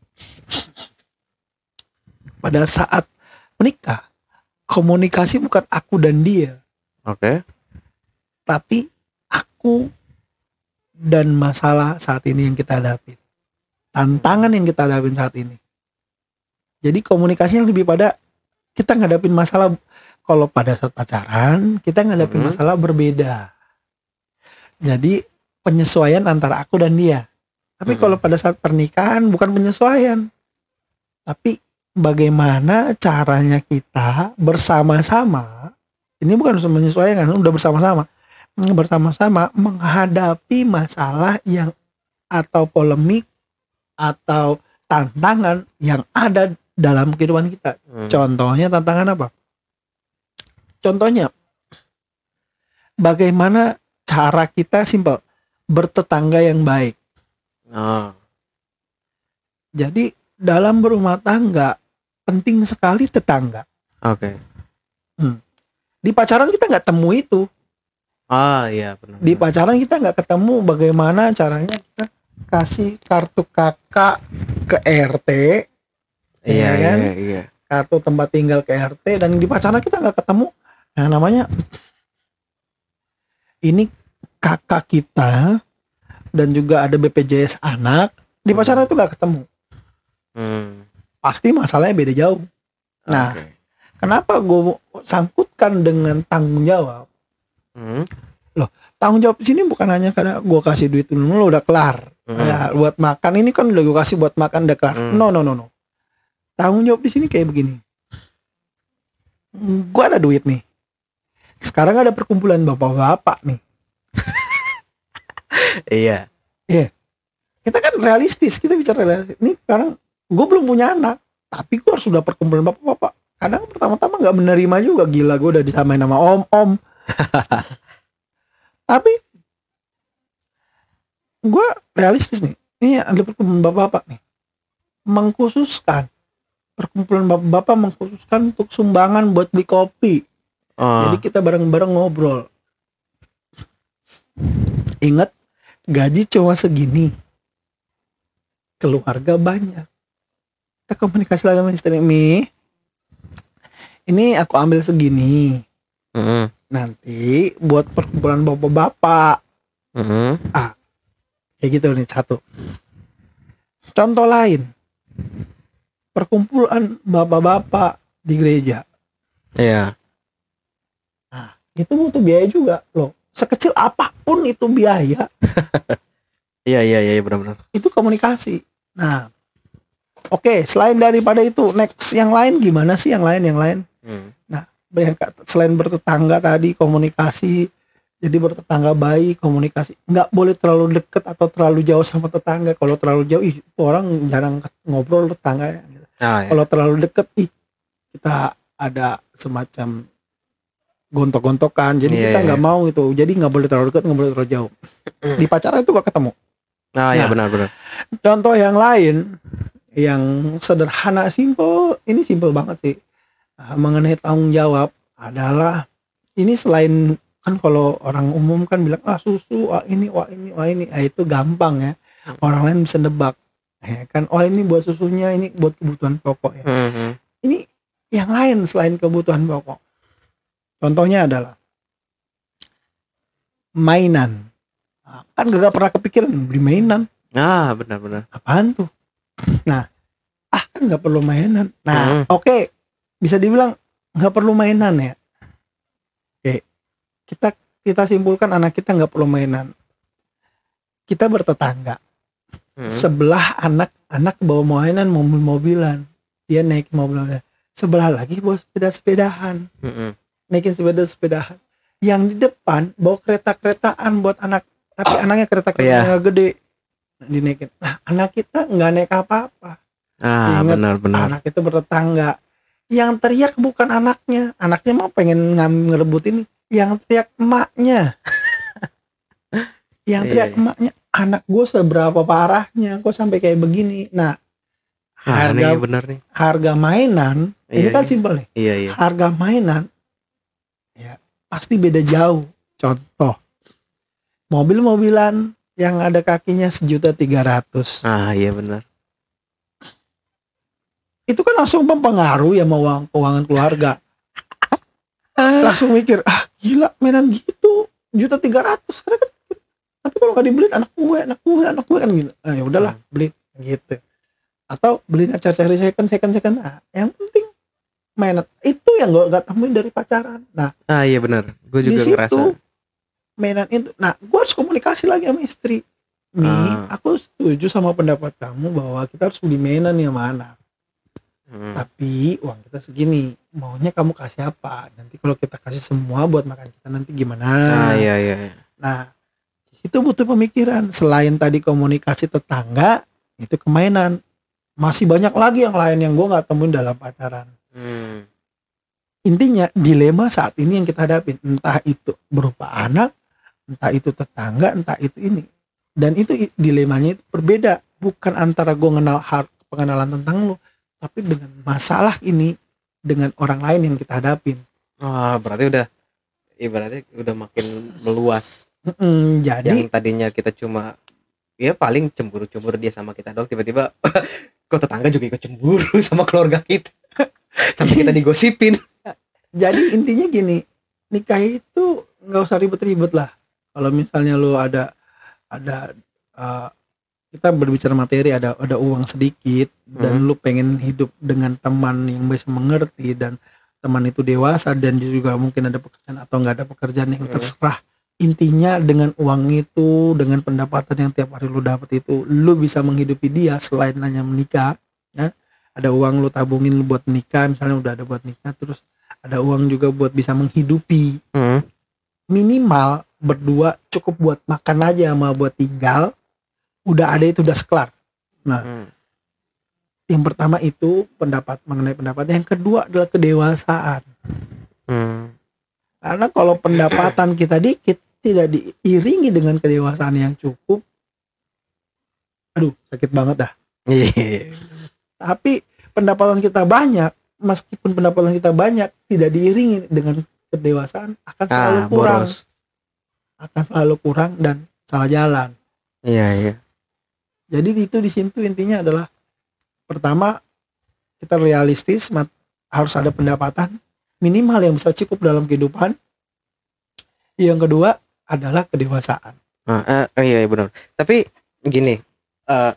Pada saat menikah, komunikasi bukan aku dan dia, Oke. tapi aku dan masalah saat ini yang kita hadapi. Tantangan yang kita hadapi saat ini. Jadi komunikasinya lebih pada kita ngadapin masalah. Kalau pada saat pacaran kita ngadapin Mhm. masalah berbeda. Jadi penyesuaian antara aku dan dia. Tapi Mhm. kalau pada saat pernikahan bukan penyesuaian, tapi bagaimana caranya kita bersama-sama. Ini bukan menyesuaikan, udah bersama-sama. Bersama-sama menghadapi masalah yang atau polemik atau tantangan yang ada dalam kehidupan kita. Mhm. Contohnya tantangan apa? Contohnya bagaimana cara kita simpel bertetangga yang baik. Oh, Jadi dalam berumah tangga penting sekali tetangga. oke. Di pacaran kita nggak temu itu. Ah, iya benar. Di pacaran kita nggak ketemu bagaimana caranya kita kasih kartu kakak ke R T, Iya, ya kan? iya, iya. Kartu tempat tinggal ke R T, dan di pacaran kita nggak ketemu yang namanya ini kakak kita dan juga ada B P J S anak. Di pacaran itu nggak ketemu. Hmm. Pasti masalahnya beda jauh. Nah, Oke. kenapa gue sangkutkan dengan tanggung jawab? Hmm. Tanggung jawab di sini bukan hanya karena gue kasih duit dulu lo udah kelar. Hmm. Ya, buat makan ini kan udah gue kasih buat makan udah kelar. Hmm. No no no no. Tanggung jawab di sini kayak begini. gue ada duit nih. Sekarang ada perkumpulan bapak-bapak nih. Iya. Iya. Yeah. Kita kan realistis, kita bicara realistis. Ini sekarang gue belum punya anak, tapi gue harus sudah perkumpulan bapak-bapak. Kadang pertama-tama nggak menerima juga, gila gue udah disamain sama om-om. Tapi gue realistis nih. Ini ada perkumpulan bapak-bapak nih, mengkhususkan perkumpulan bapak-bapak mengkhususkan untuk sumbangan buat beli kopi. Oh. Jadi kita bareng-bareng ngobrol. Ingat, gaji cuma segini, keluarga banyak. Kita komunikasi lagi sama istri, Mi, ini aku ambil segini, mm. nanti buat perkumpulan bapak-bapak. Mm. Ah, kayak gitu nih satu. Contoh lain, perkumpulan bapak-bapak di gereja. Iya. Nah, itu butuh biaya juga loh. Sekecil apapun itu biaya. Iya iya iya benar-benar. Itu komunikasi. Nah, oke, okay, selain daripada itu, next yang lain gimana sih yang lain yang lain? Hmm. Nah, selain bertetangga tadi komunikasi, jadi bertetangga baik, komunikasi. Nggak boleh terlalu deket atau terlalu jauh sama tetangga. Kalau terlalu jauh, ih orang jarang ngobrol tetangga ya. Gitu. Ah, iya. Kalau terlalu deket, ih kita ada semacam gontok-gontokan, jadi yeah, kita nggak yeah. mau itu, jadi nggak boleh terlalu dekat, nggak boleh terlalu jauh. Di pacaran itu gak ketemu. Nah, ya benar-benar. Contoh yang lain, yang sederhana, simple, ini simple banget sih. Nah, mengenai tanggung jawab adalah ini selain kan kalau orang umum kan bilang ah susu, ah ini, wah ini, wah ini, ah, itu gampang ya. Orang lain bisa nebak, ya kan? Oh ini buat susunya, ini buat kebutuhan pokok ya. Mm-hmm. Ini yang lain selain kebutuhan pokok. Contohnya adalah mainan. Nah, kan gak pernah kepikiran beli mainan. Ah benar-benar. Apaan tuh? Nah, ah kan gak perlu mainan. Nah, hmm. oke, okay. Bisa dibilang gak perlu mainan ya. Oke, okay. kita kita simpulkan anak kita gak perlu mainan. Kita bertetangga. Hmm. Sebelah anak-anak bawa mainan mobil-mobilan, dia naik mobilnya. Sebelah lagi bawa sepeda-sepedahan. Hmm. Naikin sepeda-sepedahan. Yang di depan bawa kereta-keretaan buat anak, tapi oh, anaknya kereta-kereta yeah. gede dinaikin. Nah, anak kita nggak naik apa-apa. Ah, benar-benar. Anak itu bertetangga. Yang teriak bukan anaknya, anaknya mau pengen ngerebut ini. Yang teriak emaknya. Yang teriak yeah, emaknya. Anak gue seberapa parahnya, kok sampai kayak begini. Nah, harga ah, bener nih. Harga mainan yeah, ini kan yeah. simpel nih. Yeah, yeah. Harga mainan ya pasti beda jauh. Contoh, mobil-mobilan yang ada kakinya sejuta tiga ratus. Ah iya benar. Itu kan langsung mempengaruhi sama uang keuangan keluarga. Langsung mikir, ah gila mainan gitu, juta tiga ratus. Kan, tapi kalau nggak dibeliin anak gue, anak gue, anak gue kan gitu. Ah ya udahlah, beli gitu. Atau beliin accessory second, second, second. Ah, yang penting mainan itu yang gue gak temuin dari pacaran. Nah, ah iya benar, gue juga di situ, ngerasa mainan itu. Nah, gue harus komunikasi lagi sama istri. Nih, ah. aku setuju sama pendapat kamu bahwa kita harus beli mainan yang mana. Hmm. Tapi uang kita segini, maunya kamu kasih apa? Nanti kalau kita kasih semua buat makan kita nanti gimana? Ah iya iya. Nah, itu butuh pemikiran. Selain tadi komunikasi tetangga, itu kemainan. Masih banyak lagi yang lain yang gue nggak temuin dalam pacaran. Hmm. Intinya dilema saat ini yang kita hadapin, entah itu berupa anak, entah itu tetangga, entah itu ini. Dan itu dilemanya itu berbeda, bukan antara gue kenal pengenalan tentang lo, tapi dengan masalah ini dengan orang lain yang kita hadapin. Oh, berarti udah ibaratnya udah makin meluas. Mm-mm, jadi yang tadinya kita cuma ya paling cemburu-cemburu dia sama kita doang, tiba-tiba kok tetangga juga ikut cemburu sama keluarga kita. Sampai kita digosipin. Jadi intinya gini, nikah itu nggak usah ribet-ribet lah. Kalau misalnya lu ada ada uh, kita berbicara materi, ada ada uang sedikit dan hmm. lu pengen hidup dengan teman yang bisa mengerti dan teman itu dewasa dan juga mungkin ada pekerjaan atau nggak ada pekerjaan yang hmm. terserah. Intinya dengan uang itu, dengan pendapatan yang tiap hari lu dapat itu, lu bisa menghidupi dia selain hanya menikah. Ya? Ada uang lu tabungin lu buat nikah, misalnya udah ada buat nikah, terus ada uang juga buat bisa menghidupi. Hmm. Minimal berdua cukup buat makan aja sama buat tinggal. Udah ada itu udah sekelar. Nah, Hmm. yang pertama itu pendapat mengenai pendapat. Yang kedua adalah kedewasaan. Hmm. Karena kalau pendapatan kita dikit tidak diiringi dengan kedewasaan yang cukup, aduh sakit banget dah. Iya. Tapi pendapatan kita banyak, meskipun pendapatan kita banyak tidak diiringi dengan kedewasaan, akan selalu Ah, kurang, boros. akan selalu kurang dan salah jalan. Iya, iya. Jadi itu di situ intinya adalah pertama kita realistis, mat- harus ada pendapatan minimal yang bisa cukup dalam kehidupan. Yang kedua adalah kedewasaan. Ah, eh, iya, iya benar. Tapi gini, eh,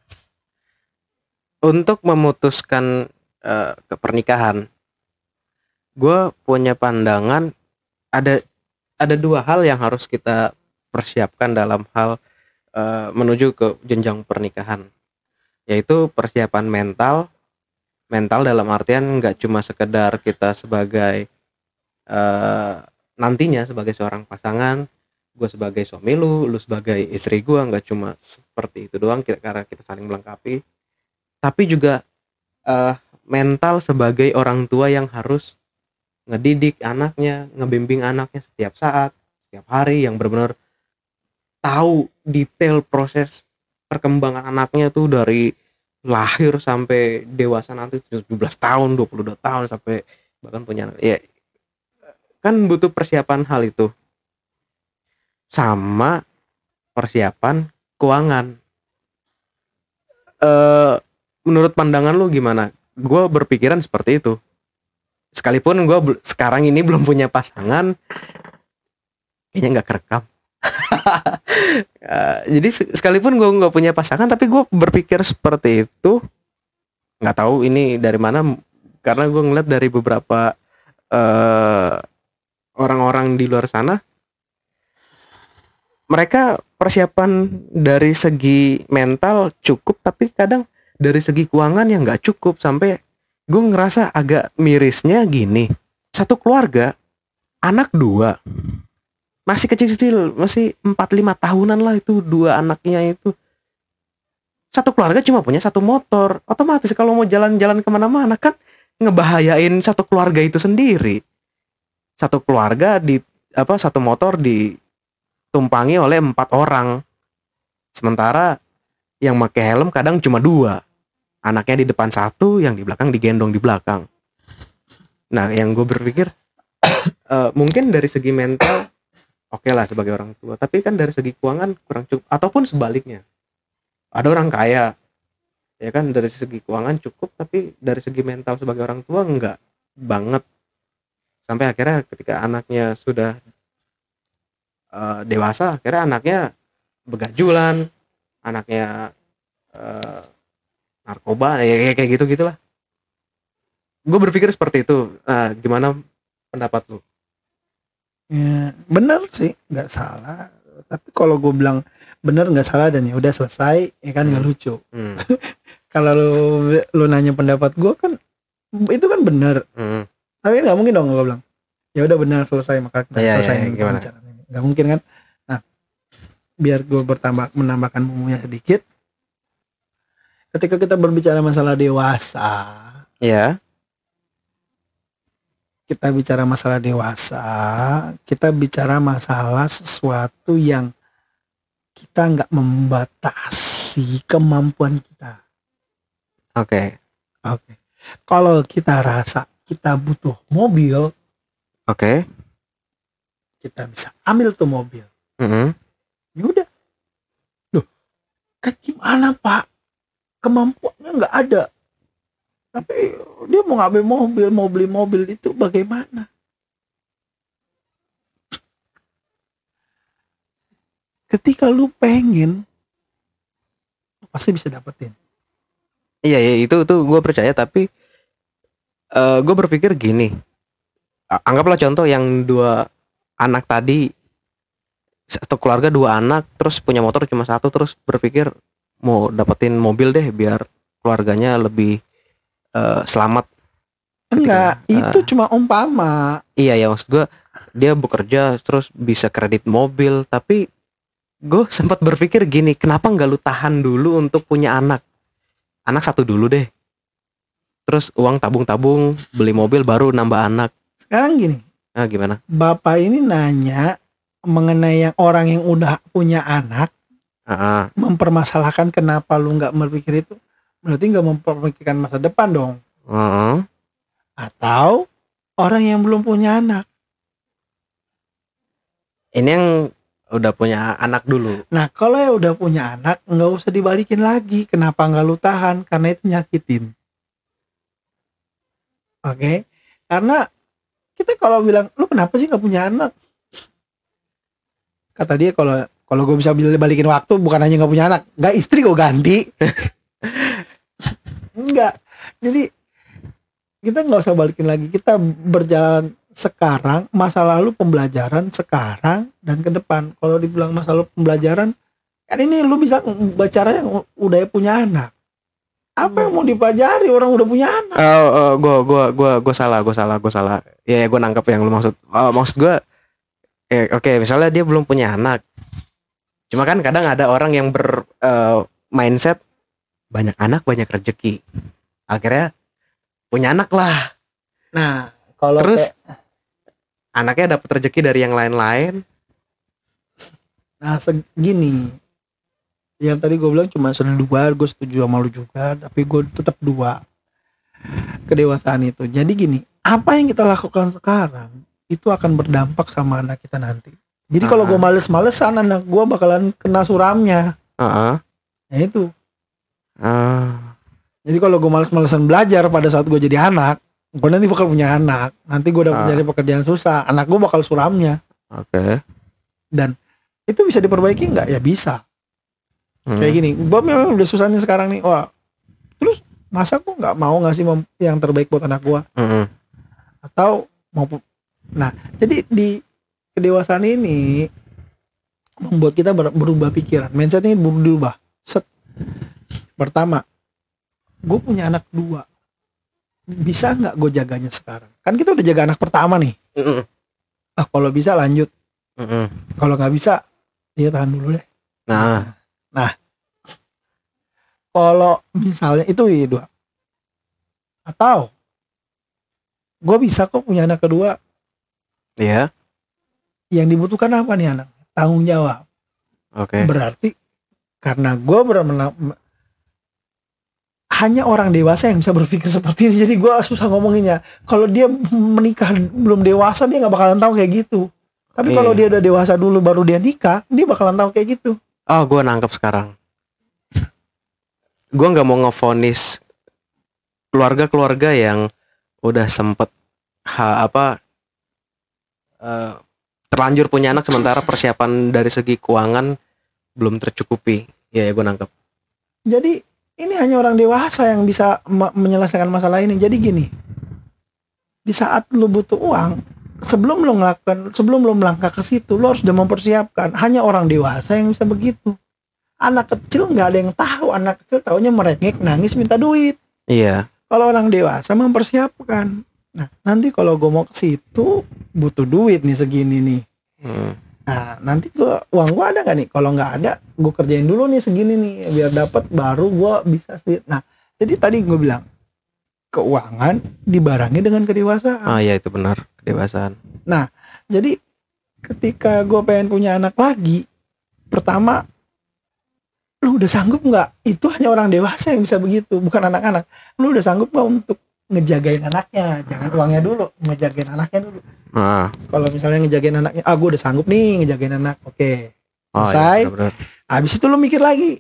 untuk memutuskan eh, ke pernikahan, gue punya pandangan ada ada dua hal yang harus kita persiapkan dalam hal eh, menuju ke jenjang pernikahan, yaitu persiapan mental. Mental dalam artian nggak cuma sekedar kita sebagai eh, nantinya sebagai seorang pasangan, gue sebagai suami lu, lu sebagai istri gue, nggak cuma seperti itu doang kita, karena kita saling melengkapi, tapi juga eh, mental sebagai orang tua yang harus ngedidik anaknya, ngebimbing anaknya setiap saat, setiap hari, yang benar-benar tahu detail proses perkembangan anaknya tuh dari lahir sampai dewasa nanti tujuh belas tahun, dua puluh dua tahun, sampai bahkan punya anak. Ya, kan butuh persiapan hal itu. Sama persiapan keuangan. Eh menurut pandangan lu gimana? Gue berpikiran seperti itu. Sekalipun gue bel- sekarang ini belum punya pasangan, kayaknya nggak kerekam. Eh, jadi se- sekalipun gue nggak punya pasangan, tapi gue berpikir seperti itu. Nggak tahu ini dari mana, karena gue ngeliat dari beberapa eh, orang-orang di luar sana, mereka persiapan dari segi mental cukup, tapi kadang dari segi keuangan yang nggak cukup. Sampai gue ngerasa agak mirisnya gini, satu keluarga anak dua, masih kecil-kecil, masih empat lima tahunan lah itu dua anaknya itu, satu keluarga cuma punya satu motor. Otomatis kalau mau jalan-jalan kemana-mana kan ngebahayain satu keluarga itu sendiri. Satu keluarga di apa satu motor ditumpangi oleh empat orang, sementara yang pakai helm kadang cuma dua, anaknya di depan satu, yang di belakang digendong di belakang. Nah, yang gue berpikir uh, mungkin dari segi mental oke okay lah sebagai orang tua, tapi kan dari segi keuangan kurang cukup. Ataupun sebaliknya, ada orang kaya ya kan, dari segi keuangan cukup, tapi dari segi mental sebagai orang tua enggak banget. Sampai akhirnya ketika anaknya sudah uh, dewasa, akhirnya anaknya begajulan, anaknya uh, narkoba, ya kayak gitu gitulah. Gue berpikir seperti itu. Nah, gimana pendapat lu? Ya, bener sih, nggak salah. Tapi kalau gue bilang bener nggak salah dan ya udah selesai, ya kan nggak Hmm. lucu. Hmm. Kalau lu lu nanya pendapat gue kan itu kan bener. Hmm. Tapi nggak mungkin dong gue bilang ya udah benar selesai maka kita Iya, iya, selesaiin iya, gimana? pembicaraan ini. Nggak mungkin kan? Nah, biar gue bertambah menambahkan bumbunya sedikit. Ketika kita berbicara masalah dewasa, Ya. kita bicara masalah dewasa, kita bicara masalah sesuatu yang kita nggak membatasi kemampuan kita. Oke. Oke. Kalau kita rasa kita butuh mobil, Oke. kita bisa ambil tuh mobil. Mm-hmm. Ya udah. Loh, kan gimana Pak? Kemampuannya nggak ada. Tapi dia mau ngambil mobil, mau beli mobil itu bagaimana? Ketika lu pengen, lu pasti bisa dapetin. Iya, iya, itu itu gue percaya, tapi uh, gue berpikir gini. Anggaplah contoh yang dua anak tadi, satu keluarga dua anak, terus punya motor cuma satu, terus berpikir mau dapetin mobil deh biar keluarganya lebih uh, selamat. Enggak, Ketika, itu uh, cuma umpama. Iya ya, maksud gue dia bekerja terus bisa kredit mobil, tapi gue sempat berpikir gini, kenapa nggak lu tahan dulu untuk punya anak, anak satu dulu deh, terus uang tabung-tabung beli mobil baru nambah anak. Sekarang gini, Nah gimana? Bapak ini nanya mengenai yang orang yang udah punya anak, uh-uh. mempermasalahkan kenapa lu nggak berpikir itu, berarti nggak memperpikirkan masa depan dong. Uh-uh. Atau orang yang belum punya anak. Ini yang udah punya anak dulu. Nah kalau yang udah punya anak, nggak usah dibalikin lagi. Kenapa nggak lu tahan? Karena itu nyakitin. Oke, okay? Karena kita kalau bilang, lu kenapa sih nggak punya anak? Kata dia, kalau kalau gue bisa balikin waktu, bukan hanya nggak punya anak, nggak istri gue ganti. Enggak. Jadi kita nggak usah balikin lagi. Kita berjalan sekarang, masa lalu pembelajaran sekarang dan ke depan. Kalau dibilang masa lalu pembelajaran, kan ini lu bisa baca yang udah punya anak. Apa yang mau dipelajari orang udah punya anak? Oh, oh gue gue gue gue salah, gue salah, gue salah. Ya, ya gue nangkep yang lu maksud. Oh, maksud gue, eh, oke, okay, misalnya dia belum punya anak. Cuma kan kadang ada orang yang ber uh, mindset banyak anak banyak rezeki. Akhirnya punya anak lah. Nah, kalau terus kayak, anaknya dapat rezeki dari yang lain-lain. Nah, segini. Yang tadi gue bilang cuma sudah dua, gue setuju sama lu juga, tapi gue tetap dua. Kedewasaan itu. Jadi gini, apa yang kita lakukan sekarang itu akan berdampak sama anak kita nanti. Jadi uh-huh. kalau gue males-malesan, anak gue bakalan kena suramnya. Uh-huh. Nah itu. Uh. Jadi kalau gue males-malesan belajar pada saat gue jadi anak, gue nanti bakal punya anak. Nanti gue udah uh. punya pekerjaan susah, anak gue bakal suramnya. Oke. Okay. Dan itu bisa diperbaiki nggak? Ya bisa. Hmm. Kayak gini, gue memang udah susah nih sekarang nih. Wah, terus masa gue nggak mau ngasih mem- yang terbaik buat anak gue? Hmm. Atau mau, nah jadi di kedewasaan ini membuat kita ber- berubah pikiran, mindsetnya berubah. Set. Pertama, gue punya anak dua, bisa nggak gue jaganya sekarang? Kan kita udah jaga anak pertama nih. Mm-mm. Ah kalau bisa lanjut. Mm-mm. Kalau nggak bisa, ya tahan dulu deh. Nah. Nah, kalau misalnya itu ya dua, atau gue bisa kok punya anak kedua. Iya. Yang dibutuhkan apa nih anak? Tanggung jawab. Oke. Okay. Berarti karena gue benar-benar hanya orang dewasa yang bisa berpikir seperti ini. Jadi gue susah ngomonginnya. Kalau dia menikah belum dewasa, dia nggak bakalan tahu kayak gitu. Tapi yeah. kalau dia udah dewasa dulu baru dia nikah, dia bakalan tahu kayak gitu. Oh, gue nangkep sekarang. Gue nggak mau ngevonis keluarga-keluarga yang udah sempet ha, apa uh, terlanjur punya anak sementara persiapan dari segi keuangan belum tercukupi. Ya, ya gue nangkep. Jadi ini hanya orang dewasa yang bisa me- menyelesaikan masalah ini. Jadi gini, di saat lu butuh uang, sebelum lu ngelakukan, sebelum lu melangkah ke situ, lu harus udah mempersiapkan. Hanya orang dewasa yang bisa begitu. Anak kecil nggak ada yang tahu. Anak kecil taunya merengek, nangis, minta duit. Iya. Kalau orang dewasa mempersiapkan. Nah, nanti kalau gue mau ke situ butuh duit nih segini nih. Hmm. Nah, nanti gua uang gue ada nggak nih? Kalau nggak ada, gue kerjain dulu nih segini nih biar dapat, baru gue bisa sih. Nah, jadi tadi gue bilang keuangan dibarengi dengan kedewasaan. Ah ya itu benar, kedewasaan. Nah, jadi ketika gue pengen punya anak lagi, pertama, lu udah sanggup nggak? Itu hanya orang dewasa yang bisa begitu, bukan anak-anak. Lu udah sanggup nggak untuk ngejagain anaknya? Jangan uangnya dulu, ngejagain anaknya dulu. Ah. Kalau misalnya ngejagain anaknya, ah gue udah sanggup nih ngejagain anak, oke, selesai. Oh, iya, habis itu lu mikir lagi,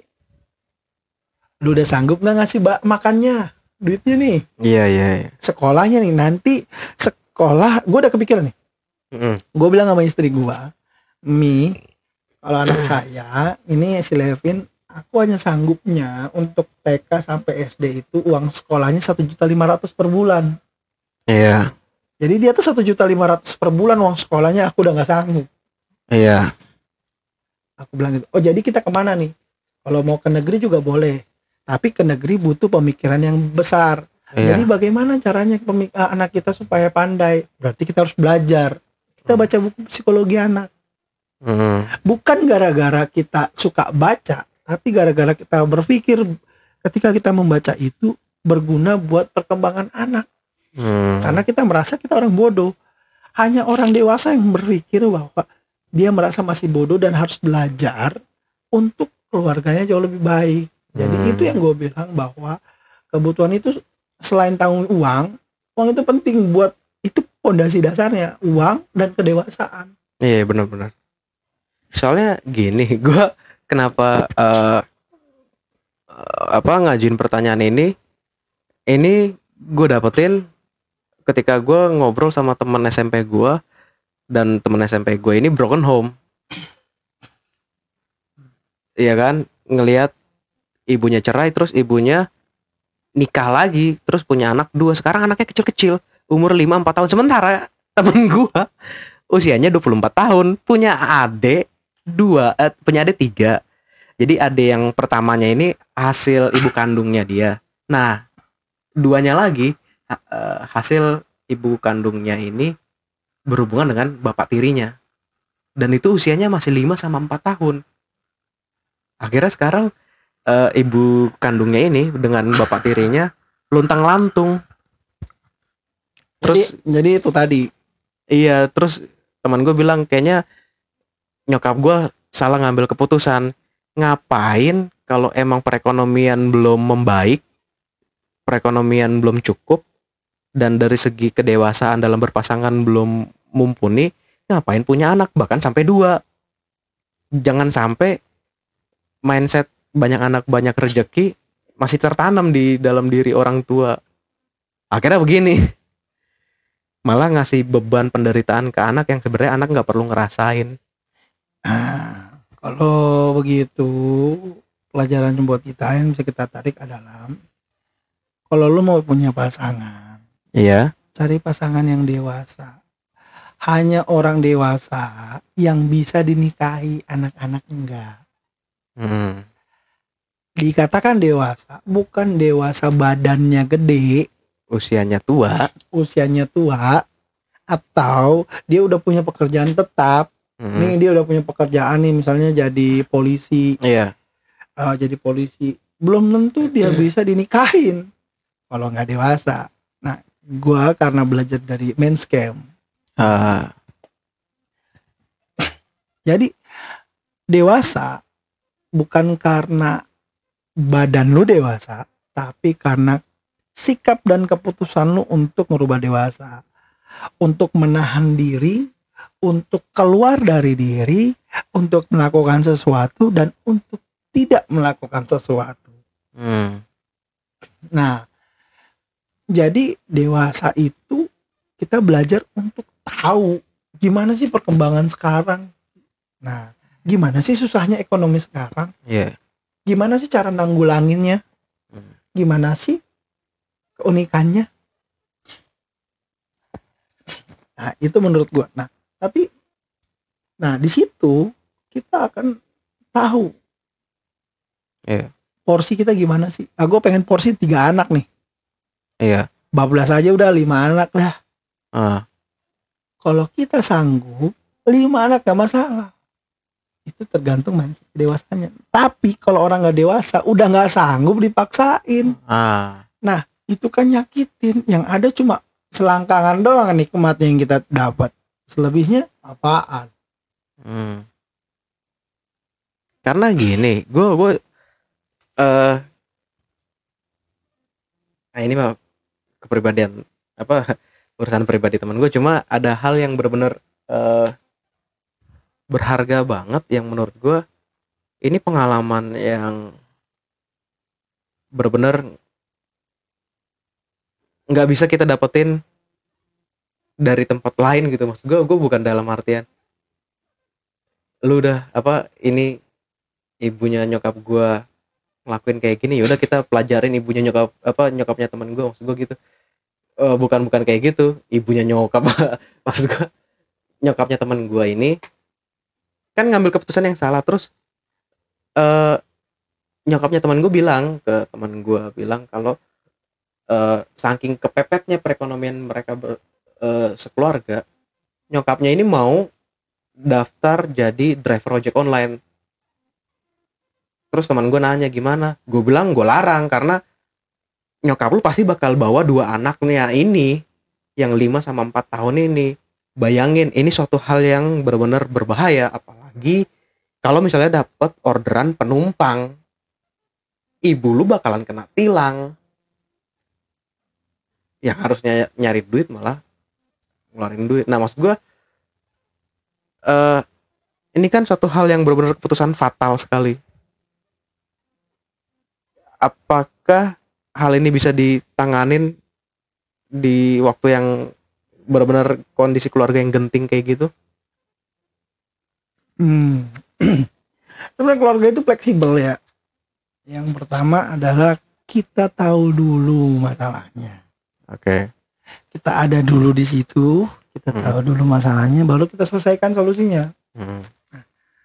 lu udah sanggup nggak ngasih bak- makannya, duitnya nih? Iya iya. iya. Sekolahnya nih, nanti sekolah, gue udah kepikiran nih. Mm. Gue bilang sama istri gue, Mi, kalau anak saya ini si Levin, aku hanya sanggupnya untuk T K sampai S D itu uang sekolahnya satu juta lima ratus per bulan. Iya. Jadi dia tuh satu juta lima ratus per bulan uang sekolahnya, aku udah nggak sanggup. Iya. Aku bilang gitu. Oh jadi kita kemana nih? Kalau mau ke negeri juga boleh, tapi ke negeri butuh pemikiran yang besar. Jadi Iya. bagaimana caranya pemi- eh, anak kita supaya pandai? Berarti kita harus belajar. Kita Hmm. baca buku psikologi anak. Hmm. Bukan gara-gara kita suka baca, tapi gara-gara kita berpikir ketika kita membaca itu berguna buat perkembangan anak. Hmm. Karena kita merasa kita orang bodoh. Hanya orang dewasa yang berpikir bahwa dia merasa masih bodoh dan harus belajar untuk keluarganya jauh lebih baik. Jadi Hmm. itu yang gue bilang bahwa kebutuhan itu selain tanggung uang, uang itu penting buat, itu pondasi dasarnya, uang dan kedewasaan. Iya benar-benar. Soalnya gini, gue kenapa uh, apa ngajuin pertanyaan ini? Ini gue dapetin ketika gue ngobrol sama teman S M P gue, dan teman S M P gue ini broken home. Iya kan, ngelihat ibunya cerai, terus ibunya nikah lagi, terus punya anak dua. Sekarang anaknya kecil-kecil, umur lima empat tahun. Sementara temen gua usianya dua puluh empat tahun, punya adik dua, eh, punya adik tiga. Jadi adik yang pertamanya ini hasil ibu kandungnya dia. Nah, duanya lagi ha- eh, hasil ibu kandungnya ini berhubungan dengan bapak tirinya. Dan itu usianya masih lima sama empat tahun. Akhirnya sekarang eh, ibu kandungnya ini dengan bapak tirinya luntang lantung. Jadi Terus jadi itu tadi. iya, terus teman gue bilang kayaknya nyokap gue salah ngambil keputusan. Ngapain kalau emang perekonomian belum membaik, perekonomian belum cukup, dan dari segi kedewasaan dalam berpasangan belum mumpuni, ngapain punya anak, bahkan sampai dua. Jangan sampai mindset banyak anak banyak rezeki masih tertanam di dalam diri orang tua. Akhirnya begini, malah ngasih beban penderitaan ke anak yang sebenarnya anak nggak perlu ngerasain. Nah, kalau begitu pelajaran buat kita yang bisa kita tarik adalah, kalau lu mau punya pasangan, Iya. cari pasangan yang dewasa. Hanya orang dewasa yang bisa dinikahi, anak-anak enggak. Hmm. Dikatakan dewasa, bukan dewasa badannya gede, Usianya tua. usianya tua, atau dia udah punya pekerjaan tetap. Hmm. Nih dia udah punya pekerjaan nih, misalnya jadi polisi. Iya. Uh, jadi polisi. Belum tentu dia bisa dinikahin kalau nggak dewasa. Nah, gua karena belajar dari men's camp. Ah. Jadi dewasa bukan karena badan lu dewasa, tapi karena sikap dan keputusan lu untuk merubah dewasa, untuk menahan diri, untuk keluar dari diri, untuk melakukan sesuatu dan untuk tidak melakukan sesuatu. Hmm. Nah, jadi dewasa itu kita belajar untuk tahu gimana sih perkembangan sekarang. Nah, gimana sih susahnya ekonomi sekarang? Iya. Yeah. Gimana sih cara nanggulanginnya? Gimana sih keunikannya? Nah, itu menurut gua. Nah, tapi nah di situ kita akan tahu Iya. porsi kita gimana sih. Ah, gua pengen porsi tiga anak nih. Iya. Bablas aja udah lima anak dah. Ah. Kalau kita sanggup lima anak gak masalah. Itu tergantung mindset dewasanya. Tapi kalau orang nggak dewasa udah nggak sanggup dipaksain. Ah. Nah itu kan nyakitin. Yang ada cuma selangkangan doang nikmatnya yang kita dapat. Selebihnya apaan? Hmm. Karena gini, gue gue uh, nah ini mah kepribadian apa urusan pribadi teman gue. Cuma ada hal yang benar-benar uh, berharga banget yang menurut gue ini pengalaman yang benar-benar nggak bisa kita dapetin dari tempat lain gitu. Maksud gue gue bukan dalam artian lu udah apa ini ibunya nyokap gue ngelakuin kayak gini, yaudah kita pelajarin ibunya nyokap apa nyokapnya teman gue, maksud gue gitu. Uh, bukan bukan kayak gitu, ibunya nyokap maksud gue nyokapnya teman gue ini kan ngambil keputusan yang salah. Terus uh, nyokapnya teman gue bilang ke teman gue bilang kalau uh, saking kepepetnya perekonomian mereka ber, uh, sekeluarga, nyokapnya ini mau daftar jadi driver ojek online. Terus teman gue nanya gimana, gue bilang gue larang karena nyokap lu pasti bakal bawa dua anaknya ini yang lima sama empat tahun ini. Bayangin, ini suatu hal yang benar-benar berbahaya, apalagi kalau misalnya dapat orderan penumpang, ibu lu bakalan kena tilang. Yang harusnya nyari duit malah ngeluarin duit. Nah, maksud gue uh, ini kan suatu hal yang benar-benar keputusan fatal sekali. Apakah hal ini bisa ditanganin di waktu yang benar-benar kondisi keluarga yang genting kayak gitu? Hmm. Sebenarnya keluarga itu fleksibel ya. Yang pertama adalah kita tahu dulu masalahnya. Oke. Okay. Kita ada dulu di situ, kita hmm. tahu dulu masalahnya, baru kita selesaikan solusinya. Hmm. Nah,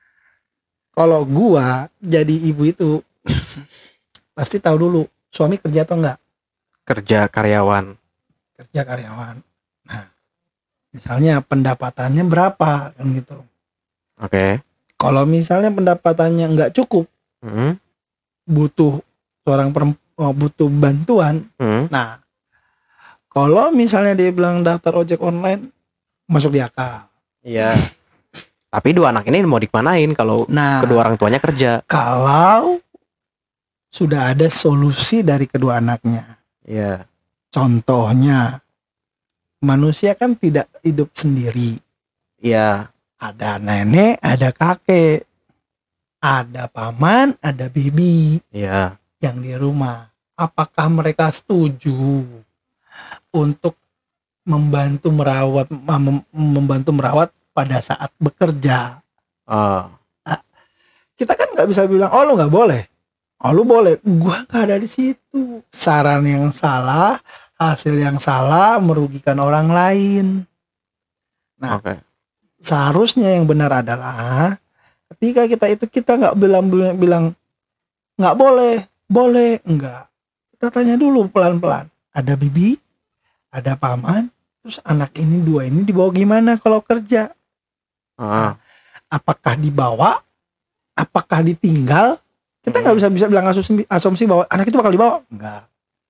kalau gua jadi ibu itu pasti tahu dulu suami kerja atau enggak. Kerja karyawan. Kerja karyawan. Nah, misalnya pendapatannya berapa kan gitu. Oke. Okay. Kalau misalnya pendapatannya enggak cukup, hmm. butuh seorang perempuan, butuh bantuan. Hmm. Nah, kalau misalnya dia bilang daftar ojek online, masuk di akal. Iya. Tapi dua anak ini mau dikemanain kalau nah, kedua orang tuanya kerja? Kalau sudah ada solusi dari kedua anaknya. Iya. Contohnya, manusia kan tidak hidup sendiri. Iya. Ada nenek, ada kakek, ada paman, ada bibi. Iya. Yang di rumah. Apakah mereka setuju untuk membantu merawat, mem- membantu merawat pada saat bekerja? Uh. Nah, kita kan nggak bisa bilang, oh lu nggak boleh. Oh lu boleh, gua nggak ada di situ. Saran yang salah, hasil yang salah, merugikan orang lain. Nah, okay. Seharusnya yang benar adalah ketika kita itu kita nggak bilang bilang nggak boleh, boleh enggak. Kita tanya dulu pelan-pelan. Ada bibi, ada paman, terus anak ini dua ini dibawa gimana kalau kerja? Uh. Nah, apakah dibawa? Apakah ditinggal? Kita nggak bisa bisa bilang asumsi, asumsi bahwa anak itu bakal dibawa, enggak.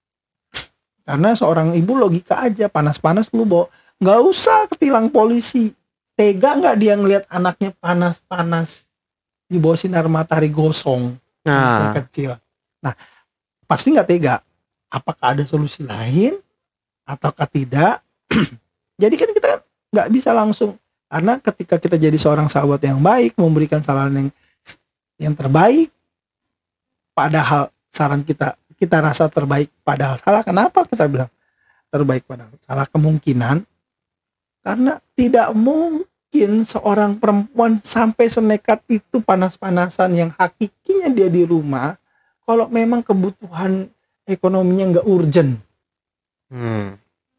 Karena seorang ibu logika aja, panas-panas lu bawa, nggak usah ketilang polisi. Tega nggak dia ngelihat anaknya panas-panas di bawah sinar matahari gosong, nah. kecil. Nah, pasti nggak tega. Apakah ada solusi lain ataukah tidak? Jadi kan kita nggak bisa langsung, karena ketika kita jadi seorang sahabat yang baik, memberikan saran yang yang terbaik. Padahal saran kita kita rasa terbaik padahal salah. Kenapa kita bilang terbaik padahal salah? Kemungkinan karena tidak mungkin seorang perempuan sampai senekat itu panas-panasan yang hakikinya dia di rumah kalau memang kebutuhan ekonominya nggak urgent. Hmm.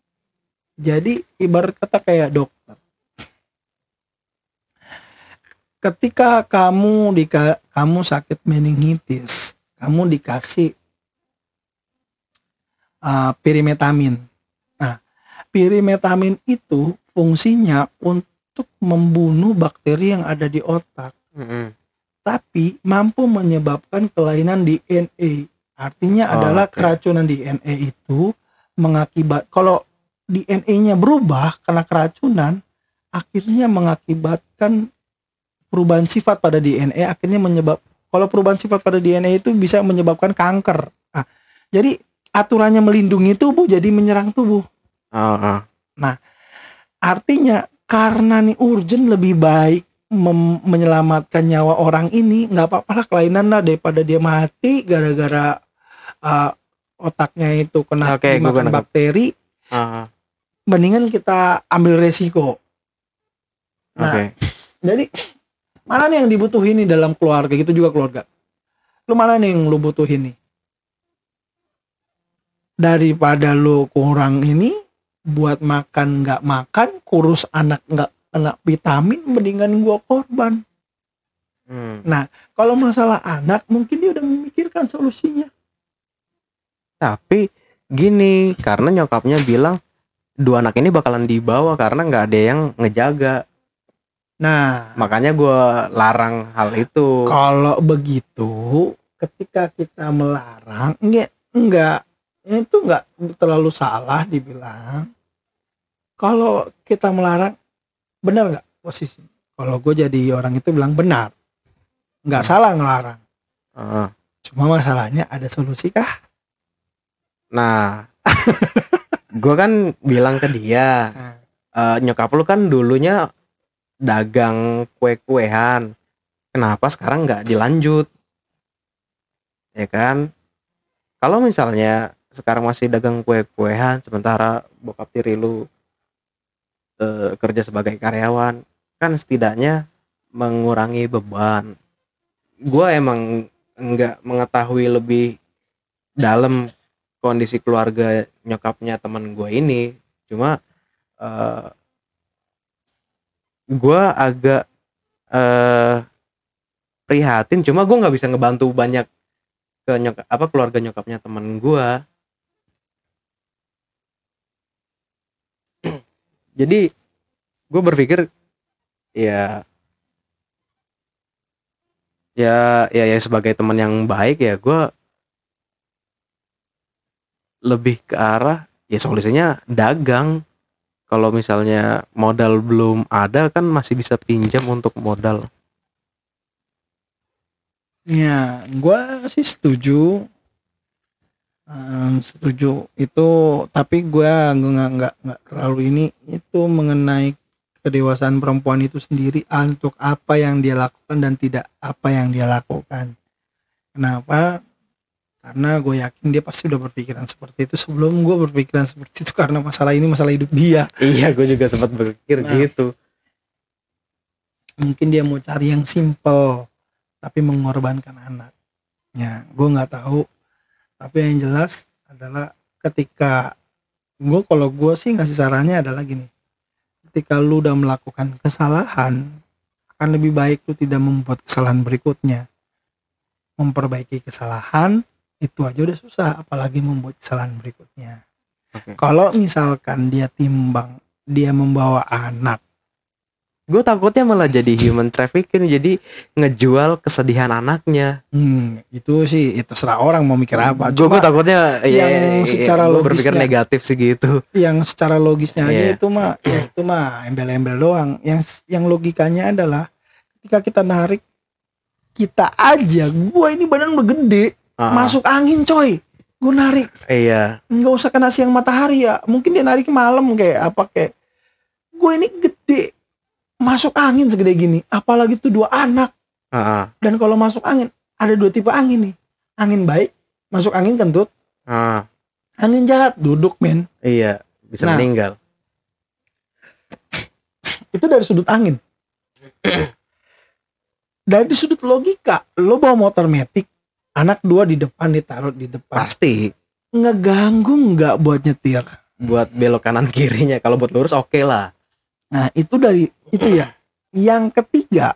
Jadi ibarat kata kayak dokter. Ketika kamu di kamu sakit meningitis, kamu dikasih uh, pirimetamin. Nah, pirimetamin itu fungsinya untuk membunuh bakteri yang ada di otak. Mm-hmm. Tapi mampu menyebabkan kelainan D N A. Artinya oh, adalah okay. keracunan D N A itu mengakibat, kalau D N A-nya berubah karena keracunan, akhirnya mengakibatkan perubahan sifat pada D N A, akhirnya menyebab kalau perubahan sifat pada D N A itu bisa menyebabkan kanker. Nah, jadi aturannya melindungi tubuh jadi menyerang tubuh. Uh-huh. Nah, artinya karena nih urgent lebih baik mem- menyelamatkan nyawa orang ini, nggak apa-apa lah kelainan lah daripada dia mati gara-gara uh, otaknya itu kena okay, dimakan bakteri. Uh-huh. Mendingan kita ambil resiko. Nah, okay. Jadi mana nih yang dibutuhin nih dalam keluarga, gitu juga keluarga. Lu mana nih yang lu butuhin nih? Daripada lu kurang ini buat makan nggak makan, kurus anak nggak kena vitamin, mendingan gua korban. Hmm. Nah, kalau masalah anak mungkin dia udah memikirkan solusinya. Tapi Gini, karena nyokapnya bilang dua anak ini bakalan dibawa karena nggak ada yang ngejaga. Nah, makanya gue larang hal itu. Kalau begitu, ketika kita melarang, enggak, enggak itu enggak terlalu salah dibilang. Kalau kita melarang, benar nggak posisi? Kalau gue jadi orang itu bilang benar, nggak hmm. salah ngelarang. Uh. Cuma masalahnya ada solusi kah? Nah, gue kan bilang ke dia, uh, nyokap lu kan dulunya dagang kue-kuehan, kenapa sekarang nggak dilanjut? Ya kan? Kalau misalnya sekarang masih dagang kue-kuehan, sementara bokap tiri lu uh, kerja sebagai karyawan, kan setidaknya mengurangi beban. Gue emang nggak mengetahui lebih dalam kondisi keluarga nyokapnya teman gue ini, cuma uh, gue agak uh, prihatin, cuma gue nggak bisa ngebantu banyak ke nyokap apa keluarga nyokapnya teman gue. Jadi gue berpikir ya ya ya ya sebagai teman yang baik ya gue lebih ke arah ya solusinya dagang. Kalau misalnya modal belum ada kan masih bisa pinjam untuk modal. Ya, gue sih setuju, um, setuju itu. Tapi gue nggak nggak nggak terlalu ini itu mengenai kedewasaan perempuan itu sendiri untuk apa yang dia lakukan dan tidak apa yang dia lakukan. Kenapa? Karena gue yakin dia pasti udah berpikiran seperti itu sebelum gue berpikiran seperti itu, karena masalah ini masalah hidup dia. Iya, gue juga sempat berpikir nah, gitu. Mungkin dia mau cari yang simple tapi mengorbankan anaknya. Gue nggak tahu. Tapi yang jelas adalah ketika gue, kalau gue sih ngasih sarannya adalah gini. Ketika lu udah melakukan kesalahan, akan lebih baik lu tidak membuat kesalahan berikutnya. Memperbaiki kesalahan itu aja udah susah, apalagi membuat kesalahan berikutnya. Okay. Kalau misalkan dia timbang dia membawa anak, gue takutnya malah jadi human trafficking, jadi ngejual kesedihan anaknya. Hmm, itu sih itu terserah orang mau mikir apa. Gue takutnya yang ya, secara gue logisnya berpikir negatif sih gitu. Yang secara logisnya yeah. aja itu mah ya itu mah embel-embel doang. Yang yang logikanya adalah ketika kita narik, kita aja, gue ini badan udah gede, uh-huh. masuk angin coy, gue narik. Iya. Nggak usah kena siang matahari ya. Mungkin dia narik malam kayak apa kayak. Gue ini gede, masuk angin segede gini, apalagi tuh dua anak. Uh-huh. Dan kalau masuk angin ada dua tipe angin nih, angin baik, masuk angin kentut. Uh-huh. Angin jahat, duduk men. Iya, bisa nah, meninggal. Itu dari sudut angin. Dari sudut logika, lo bawa motor metik, anak dua di depan, ditaruh di depan. Pasti ngeganggu nggak buat nyetir? Buat belok kanan kirinya, kalau buat lurus oke okay lah. Nah itu dari itu ya. Yang ketiga,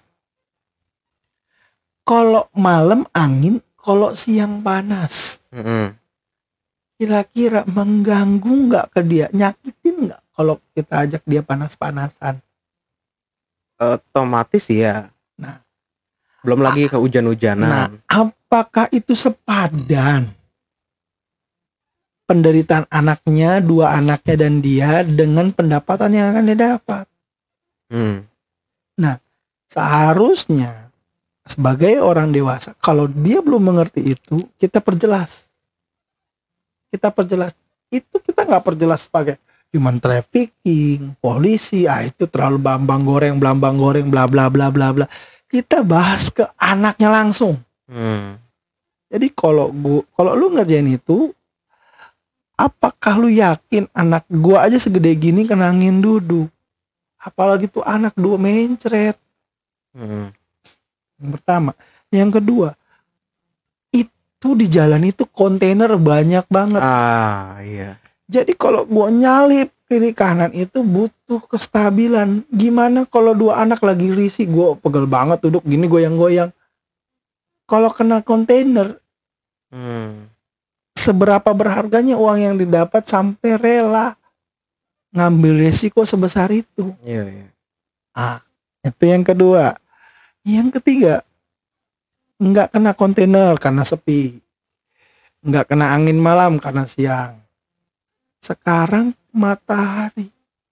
kalau malam angin, kalau siang panas. Mm-hmm. Kira-kira mengganggu nggak ke dia, nyakitin nggak kalau kita ajak dia panas-panasan? Otomatis ya. Nah, belum lagi ke hujan-hujanan. Nah, apakah itu sepadan penderitaan anaknya, dua anaknya dan dia dengan pendapatan yang akan dia dapat? Hmm. Nah, seharusnya sebagai orang dewasa, kalau dia belum mengerti itu, kita perjelas. Kita perjelas. Itu kita nggak perjelas sebagai human trafficking, polisi, ah itu terlalu bambang goreng, belambang goreng, bla bla bla bla bla. Kita bahas ke anaknya langsung. Hmm. Jadi kalau gua, kalau lu ngerjain itu, apakah lu yakin anak gua aja segede gini kena angin duduk? Apalagi tuh anak dua mencret. Hmm. Yang pertama, yang kedua, itu di jalan itu kontainer banyak banget. Ah iya. Jadi kalau gua nyalip kiri kanan itu butuh kestabilan. Gimana kalau dua anak lagi risih, gua pegel banget duduk gini goyang-goyang. Kalau kena kontainer, hmm. seberapa berharganya uang yang didapat sampai rela ngambil resiko sebesar itu. Iya, iya. Ah, itu yang kedua. Yang ketiga, nggak kena kontainer karena sepi, nggak kena angin malam karena siang. Sekarang matahari,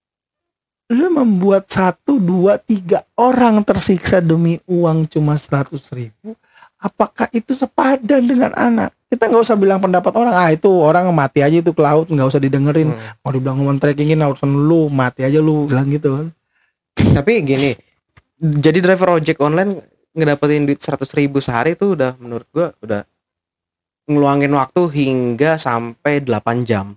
lu membuat satu, dua, tiga orang tersiksa demi uang cuma seratus ribu. Apakah itu sepadan dengan anak? Kita nggak usah bilang pendapat orang, ah itu orang mati aja itu ke laut, nggak usah didengerin. Hmm. Mau dibilang ngomong trekkingin urusan lu, mati aja lu, bilang gitu kan. Tapi gini, jadi driver ojek online ngedapetin duit seratus ribu sehari itu udah menurut gua udah ngeluangin waktu hingga sampai delapan jam.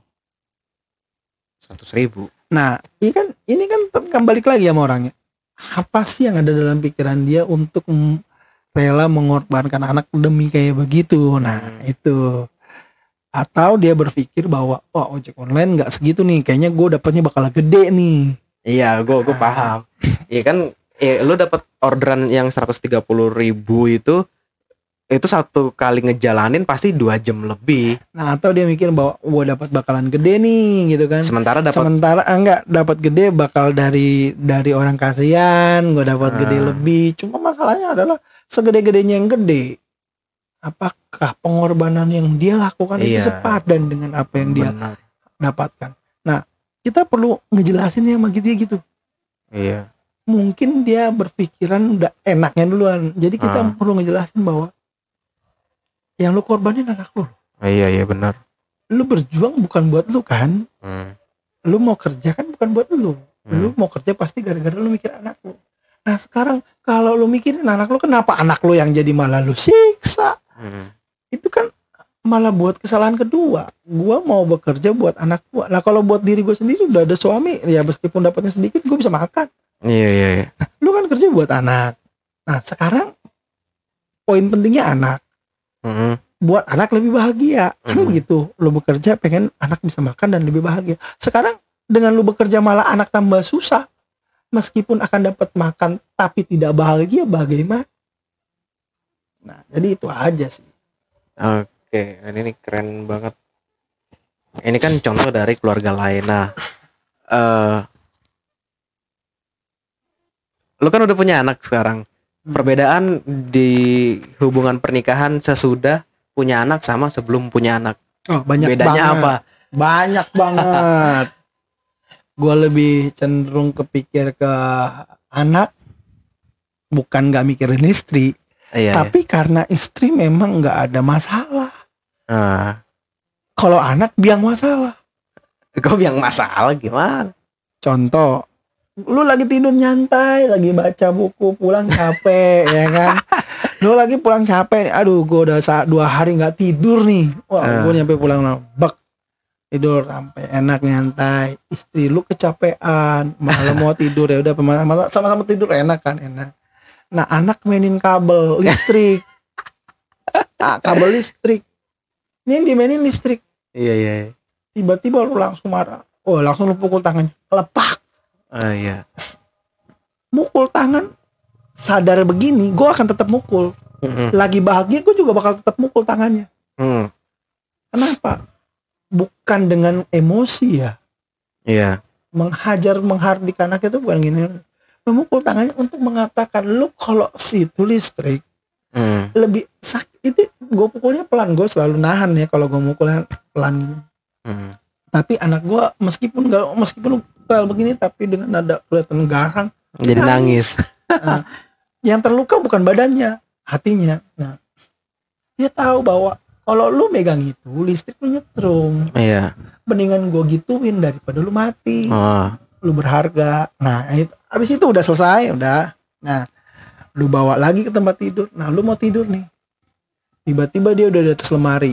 Seratus ribu. Nah, ini kan ini kan kembali lagi sama orangnya. Apa sih yang ada dalam pikiran dia untuk m- rela mengorbankan anak demi kayak begitu? Nah, hmm. itu. Atau dia berpikir bahwa oh ojek online nggak segitu nih, kayaknya gue dapatnya bakal gede nih. Iya, gue gue paham. Iya kan, eh, lu dapat orderan yang seratus tiga puluh ribu itu. Itu satu kali ngejalanin pasti dua jam lebih. Nah, atau dia mikir bahwa gue dapat bakalan gede nih gitu kan. Sementara dapat sementara ah, enggak dapat gede bakal dari dari orang kasihan, gue dapat hmm. gede lebih. Cuma masalahnya adalah segede-gedenya yang gede, apakah pengorbanan yang dia lakukan iya. itu sepadan dengan apa yang dia Benar. dapatkan. Nah, kita perlu ngejelasin ya sama dia gitu. Iya. Mungkin dia berpikiran udah enaknya duluan. Jadi kita hmm. perlu ngejelasin bahwa yang lu korbanin anak lu. Oh, iya iya benar. Lu berjuang bukan buat lu kan? Hmm. Lu mau kerja kan bukan buat lu. Hmm. Lu mau kerja pasti gara-gara lu mikir anak lu. Nah sekarang kalau lu mikirin anak lu, kenapa anak lu yang jadi malah lu siksa? Hmm. Itu kan malah buat kesalahan kedua. Gua mau bekerja buat anak gua. Nah kalau buat diri gua sendiri udah ada suami, ya meskipun dapatnya sedikit gua bisa makan. Iya iya iya. Nah, lu kan kerja buat anak. Nah sekarang poin pentingnya anak. Hmm. Buat anak lebih bahagia kan hmm. begitu. Lu bekerja pengen anak bisa makan dan lebih bahagia. Sekarang dengan lu bekerja malah anak tambah susah, meskipun akan dapat makan tapi tidak bahagia, bagaimana? Nah jadi itu aja sih. Oke, ini keren banget. Ini kan contoh dari keluarga lain. Nah uh, lu kan udah punya anak sekarang. Perbedaan di hubungan pernikahan sesudah punya anak sama sebelum punya anak. Oh, banyak Bedanya banget. apa? Banyak banget. Gue lebih cenderung kepikir ke anak, bukan gak mikirin istri. Iya, tapi iya. karena istri memang gak ada masalah. Uh. Kalau anak biang masalah. Kok biang masalah gimana? Contoh, lu lagi tidur nyantai, lagi baca buku, pulang capek ya kan. Lu lagi pulang capek, aduh gue udah saat dua hari nggak tidur nih. Wah uh. gue nyampe pulang bak tidur sampai enak nyantai. Istri lu kecapean, malam mau tidur ya udah sama-sama tidur enak kan enak. Nah anak mainin kabel listrik, ah, kabel listrik. Ini yang dimainin listrik. Iya iya. Tiba-tiba lu langsung marah, oh langsung lu pukul tangannya, lepak. Ah uh, iya. Mukul tangan, sadar begini, gue akan tetap mukul. Mm-hmm. Lagi bahagia, gue juga bakal tetap mukul tangannya. Mm. Kenapa? Bukan dengan emosi ya. Iya. Yeah. Menghajar, menghardik anak itu bukan gini. Memukul tangannya untuk mengatakan, lu kalau situ listrik mm. lebih sakit. Itu gue pukulnya pelan, gue selalu nahan ya kalau gue mukulnya pelan. Mm. Tapi anak gue meskipun gak, meskipun style begini tapi dengan nada kelihatan garang jadi nangis, nangis. Nah, yang terluka bukan badannya, hatinya. Nah dia tahu bahwa kalau lu megang itu listrik lu nyetrum. Iya. Mendingan gue gituin daripada lu mati. Oh. Lu berharga. Nah itu, abis itu udah selesai udah. Nah lu bawa lagi ke tempat tidur. Nah lu mau tidur nih, tiba-tiba dia udah di atas lemari.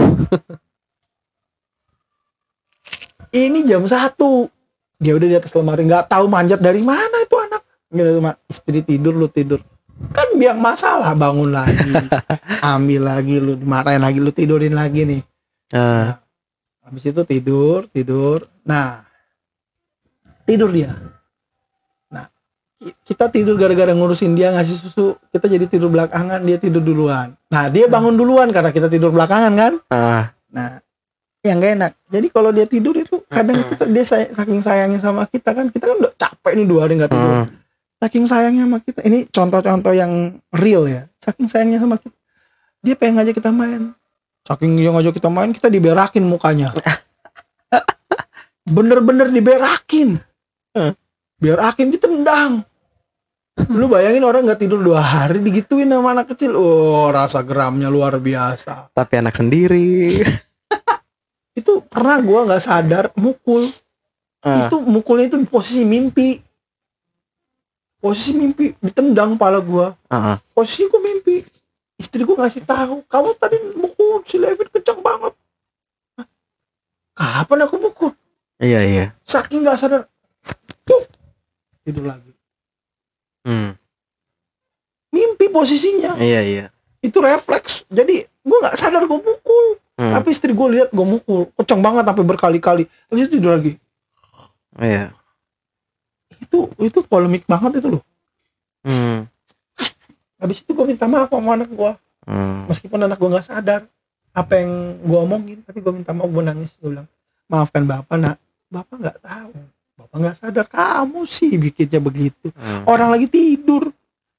Ini jam satu, dia udah di atas lemari, nggak tahu manjat dari mana itu anak. Gitu, istri tidur, lu tidur, kan biang masalah, bangun lagi, ambil lagi, lu dimarahin lagi, lu tidurin lagi nih. Nah, habis itu tidur, tidur. Nah, tidur dia. Nah, kita tidur gara-gara ngurusin dia ngasih susu, kita jadi tidur belakangan, dia tidur duluan. Nah, dia bangun duluan karena kita tidur belakangan kan. Nah, yang gak enak. Jadi kalau dia tidur itu kadang itu dia say- saking sayangnya sama kita kan, kita kan udah capek nih dua hari nggak tidur. Hmm. Saking sayangnya sama kita. Ini contoh-contoh yang real ya. Saking sayangnya sama kita, dia pengen ngajak kita main. Saking dia ngajak kita main, kita diberakin mukanya. Bener-bener diberakin. Berakin, ditendang. Lu bayangin orang nggak tidur dua hari digituin sama anak kecil. Oh, rasa geramnya luar biasa. Tapi anak sendiri. Itu pernah gue nggak sadar mukul. Uh. Itu mukulnya itu posisi mimpi. Posisi mimpi, ditendang kepala gue. Uh-huh. Posisi gue mimpi. Istri gue ngasih tahu, kamu tadi mukul si Levin kencang banget. Hah? Kapan aku mukul? Iya iya. Saking nggak sadar, tuh tidur lagi. Hmm. Mimpi posisinya. Iya iya. Itu refleks. Jadi gue nggak sadar gue mukul. Hmm. Tapi istri gue lihat gue mukul kencang banget sampai berkali-kali. Terus itu tidur lagi. Iya. Itu itu polemik banget itu loh. Hmm. Habis itu gue minta maaf sama anak gue. Hmm. Meskipun anak gue nggak sadar apa yang gue omongin, tapi gue minta maaf, gue nangis, gue bilang maafkan bapak nak, bapak nggak tahu, bapak nggak sadar, kamu sih bikinnya begitu. Hmm. Orang lagi tidur.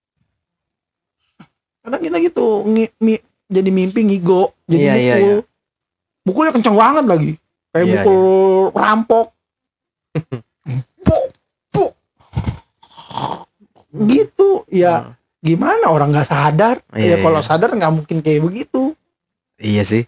Karena kita gitu ngi, mi, jadi mimpi ngigo, jadi iya, mukul. Iya, iya. Mukulnya kencang banget lagi. Kayak iya, mukul iya. Rampok. Puk, puk. Gitu. Ya hmm. gimana orang gak sadar. Iya, ya kalau iya. sadar gak mungkin kayak begitu. Iya sih.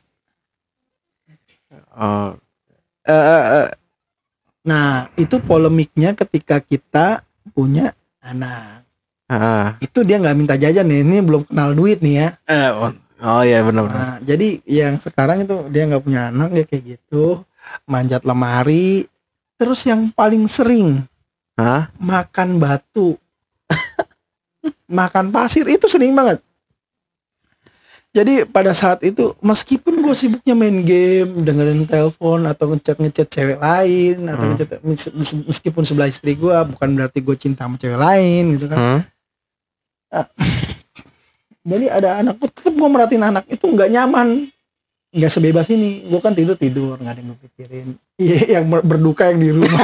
Oh. Uh, uh, uh. Nah itu polemiknya ketika kita punya anak. Uh. Itu dia gak minta jajan nih. Ini belum kenal duit nih ya. Uh, Oh iya benar-benar. Nah, jadi yang sekarang itu dia nggak punya anak ya kayak gitu, manjat lemari, terus yang paling sering, Hah? makan batu, makan pasir itu sering banget. Jadi pada saat itu meskipun gue sibuknya main game, dengerin telepon atau ngechat ngechat cewek lain atau hmm. ngechat meskipun sebelah istri gue, bukan berarti gue cinta sama cewek lain gitu kan. Hmm. Nah, jadi ada anakku, tetap gue merhatiin anak itu nggak nyaman, nggak sebebas ini. Gue kan tidur tidur, nggak ada yang gue pikirin. Iya, yang berduka yang di rumah.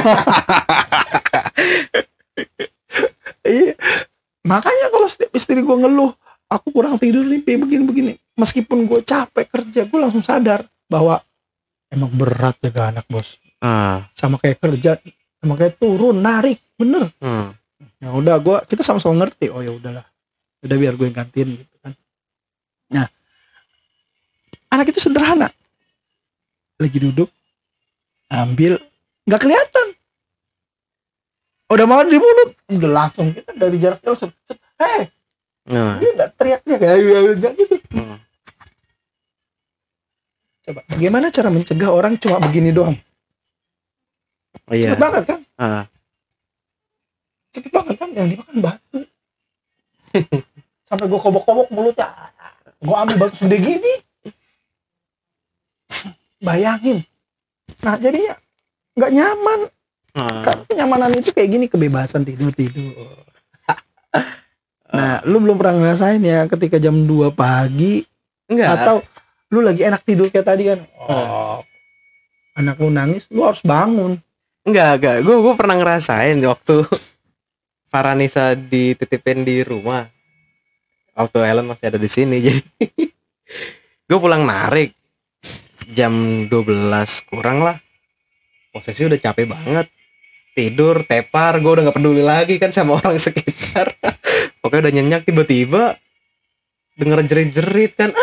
Iya, makanya kalau istri gue ngeluh, aku kurang tidur nih, begini begini. Meskipun gue capek kerja, gue langsung sadar bahwa emang berat jaga anak bos. Uh. Sama kayak kerja, sama kayak turun, narik, bener. Hmm. Ya udah, gue kita sama-sama ngerti. Oh ya udahlah, udah biar gue yang gantiin gitu kan. Nah, anak itu sederhana, lagi duduk, ambil, nggak kelihatan, udah mau di mulut, udah langsung kita dari jarak jauh, hei, nah. Dia nggak teriak-teriak kayak nggak gitu. Hmm. Coba, bagaimana cara mencegah orang cuma begini doang? Oh, iya. Cepet banget kan? Uh. Cepet banget kan, yang dimakan batu. Sampai gue kobok-kobok mulutnya, gue ambil batu segede gini, bayangin. Nah jadinya nggak nyaman. Hmm. Kan kenyamanan itu kayak gini, kebebasan tidur tidur. Nah lu belum pernah ngerasain ya ketika jam dua pagi, enggak, atau lu lagi enak tidur kayak tadi kan, oh hmm. anak lu nangis, lu harus bangun. Enggak enggak, gue gue pernah ngerasain waktu Farhanisa dititipin di rumah. Waktu Ellen masih ada di sini, jadi gue pulang narik jam dua belas kurang lah, posisi udah capek banget, tidur tepar, gue udah nggak peduli lagi kan sama orang sekitar. Pokoknya udah nyenyak, tiba-tiba denger jerit-jerit kan,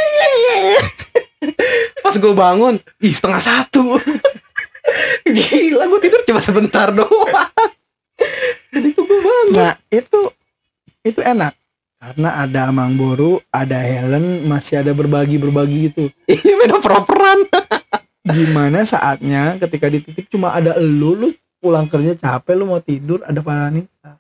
pas gue bangun, ih setengah satu. Gila, gue tidur cuma sebentar doang. Dan itu gue bangun. Nah itu itu enak. Karena ada Amang Boru, ada Helen, masih ada berbagi-berbagi gitu. Iya, beda peran. Gimana saatnya ketika dititip cuma ada elu, lu pulang kerja capek, lu mau tidur, ada Farhanisa.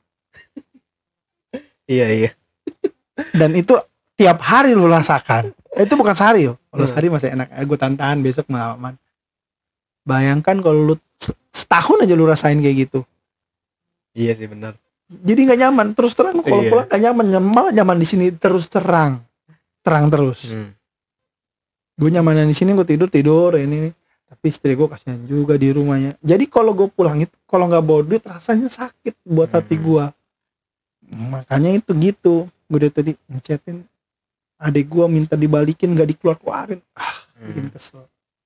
Iya, iya. Dan itu tiap hari lu rasakan. Itu bukan sehari loh. Kalau hmm. sehari masih enak. Eh, gue tantan besok malaman. Bayangkan kalau lu setahun aja lu rasain kayak gitu. Iya sih, benar. Jadi nggak nyaman, terus terang kalau iya. pulang nggak nyaman, nyaman nyaman di sini terus terang, terang terus. Hmm. Gue nyamanan di sini, gue tidur tidur ini, Tapi istri gue kasihan juga di rumahnya. Jadi kalau gue pulang itu, kalau nggak bawa duit rasanya sakit buat hati Hmm. gue. Makanya itu gitu. Gue dari tadi ngechatin adik gue minta dibalikin nggak dikeluar-keluarin. Ah, bikin Hmm. kesel.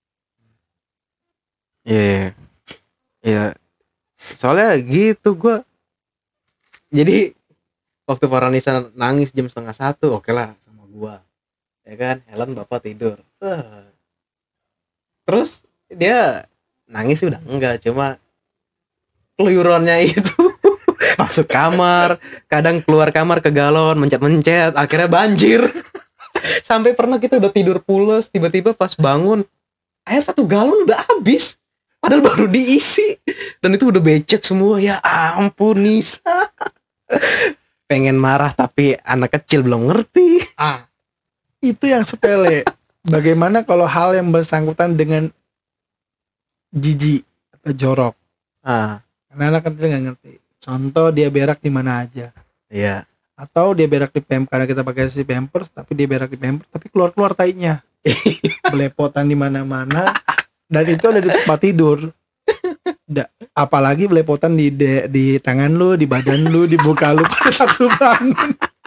Iya, iya. Soalnya gitu gue. Jadi waktu Farhanisa nangis jam setengah satu, oke lah sama gue. Ya kan, Helen bapak tidur. Set. Terus dia nangis sih udah enggak, cuma keluyurannya itu masuk kamar, kadang keluar kamar ke galon, mencet-mencet, akhirnya banjir. Sampai pernah kita udah tidur pules, tiba-tiba pas bangun air satu galon udah habis. Padahal baru diisi. Dan itu udah becek semua. Ya ampun Nisa. Pengen marah tapi anak kecil belum ngerti. Ah, itu yang sepele. Bagaimana kalau hal yang bersangkutan dengan jijik atau jorok? Ah, Karena anak kecil nggak ngerti. Contoh dia berak di mana aja. iya. Atau dia berak di pem karena kita pakai si pampers, tapi dia berak di pampers tapi keluar-keluar tainya. Belepotan di mana-mana dan itu ada di tempat tidur. Da, apalagi belepotan di de, di tangan lu, di badan lu, di muka lu pada satu bangun.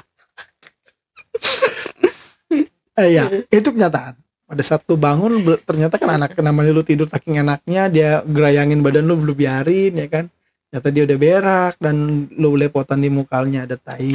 Eh, ya, itu kenyataan. Pada satu bangun ternyata kan anak namanya lu tidur saking enaknya dia gerayangin badan lu belum biarin ya kan. Ternyata dia udah berak dan lu belepotan di mukanya ada tai.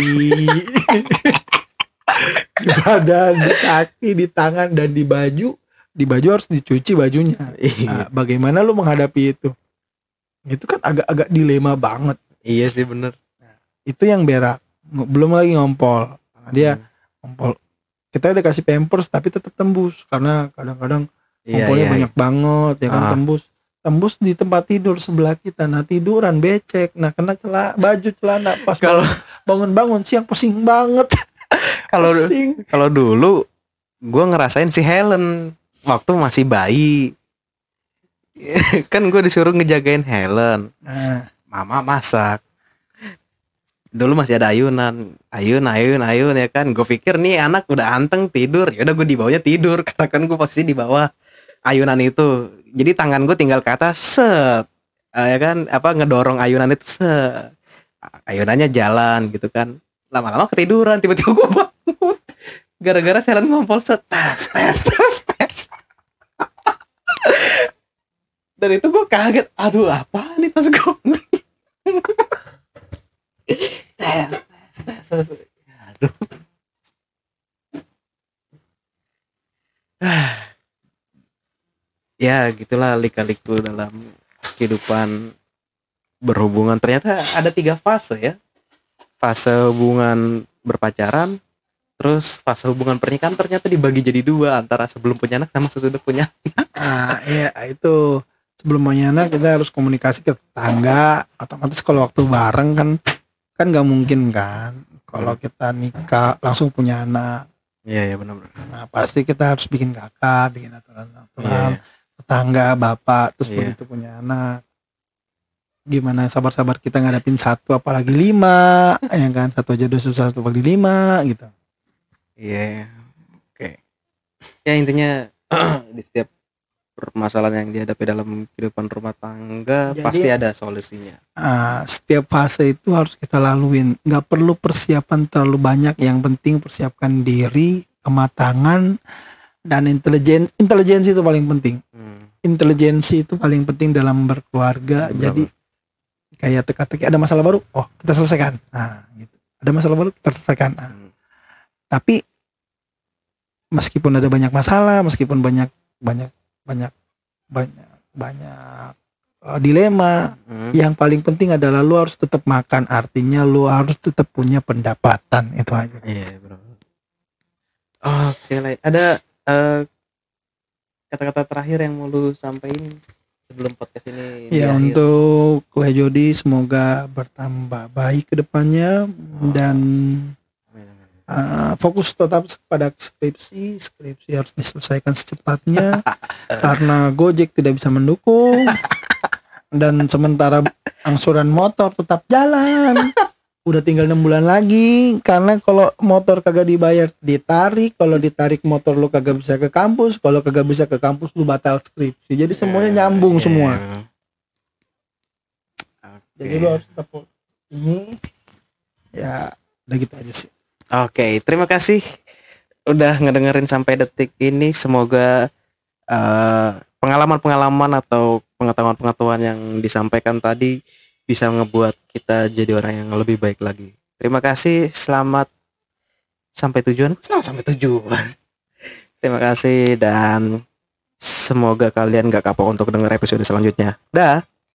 Di badan, di kaki, di tangan dan di baju. Di baju harus dicuci bajunya. Nah, bagaimana lu menghadapi itu? Itu kan agak-agak dilema banget. Iya sih bener. Nah, itu yang berak. Belum lagi ngompol. Nah, dia Hmm. ngompol. Kita udah kasih pampers tapi tetap tembus karena kadang-kadang Iya, ngompolnya iya. banyak banget ya kan. Ah. Tembus. Tembus di tempat tidur sebelah kita. Nah tiduran becek. Nah kena celana, baju celana pas Kalau bangun-bangun siang pusing banget. kalau Pusing. kalau dulu gue ngerasain si Helen waktu masih bayi. Kan gue disuruh ngejagain Helen. Nah, Mama masak. Dulu masih ada ayunan, ayun, ayun, ayun ya kan. Gue pikir nih anak udah anteng tidur. Ya udah gue di bawahnya tidur karena kan gue posisi di bawah ayunan itu. Jadi tangan gue tinggal ke atas, set, uh, ya kan, apa ngedorong ayunan itu, set. Ayunannya jalan gitu kan. Lama-lama ketiduran, tiba-tiba gue bangun. Gara-gara Helen ngompol, set, tes, tes, tes, tes. Dan itu gue kaget, aduh apa nih pas gue tes, tes, tes, tes. Aduh. Ya gitulah lika-liku dalam kehidupan berhubungan. Ternyata ada tiga fase ya. Fase hubungan berpacaran, terus fase hubungan pernikahan ternyata dibagi jadi dua, antara sebelum punya anak sama sesudah punya anak. ah, iya itu sebelum punya anak kita harus komunikasi ke tetangga. Otomatis kalau waktu bareng kan kan nggak mungkin kan. Kalau kita nikah langsung punya anak. Iya ya benar-benar. Nah pasti kita harus bikin kakak, bikin aturan-aturan. Iya. Tetangga, bapak, terus Iya. begitu punya anak. Gimana sabar-sabar kita ngadapin satu apalagi lima, ya kan satu aja udah susah satu apalagi lima gitu. Iya. Oke. Ya intinya di setiap permasalahan yang dihadapi dalam kehidupan rumah tangga Jadi- pasti ada solusinya. Ah, setiap fase itu harus kita laluin. Nggak perlu persiapan terlalu banyak. Yang penting persiapkan diri, kematangan, dan intelijen. Intelijensi itu paling penting. Hmm. Intelijensi itu paling penting dalam berkeluarga. Benar, Jadi kayak teka-teki ada masalah baru, oh kita selesaikan. Nah, gitu. Ada masalah baru kita selesaikan. Nah, Hmm. tapi meskipun ada banyak masalah, meskipun banyak banyak banyak banyak banyak uh, dilema, Hmm. yang paling penting adalah lu harus tetap makan. Artinya lu harus tetap punya pendapatan, itu aja. Iya bro. Oke lah. Ada eh, kata-kata terakhir yang mau lu sampaikan sebelum podcast ini Ya diakhiri? untuk Leh Jody semoga bertambah baik ke depannya dan uh, fokus tetap pada skripsi. Skripsi harus diselesaikan secepatnya karena Gojek tidak bisa mendukung dan sementara angsuran motor tetap jalan. udah tinggal enam bulan lagi, karena kalau motor kagak dibayar ditarik, kalau ditarik motor lu kagak bisa ke kampus, kalau kagak bisa ke kampus lu batal skripsi. Jadi semuanya nyambung yeah. semua. Okay. Jadi lu harus tetap ini ya udah gitu aja sih. Oke, okay, terima kasih udah ngedengerin sampai detik ini. Semoga uh, pengalaman-pengalaman atau pengetahuan-pengetahuan yang disampaikan tadi bisa ngebuat kita jadi orang yang lebih baik lagi. Terima kasih, selamat sampai tujuan. Selamat sampai tujuan. Terima kasih dan semoga kalian gak kapok untuk denger episode selanjutnya. Dah.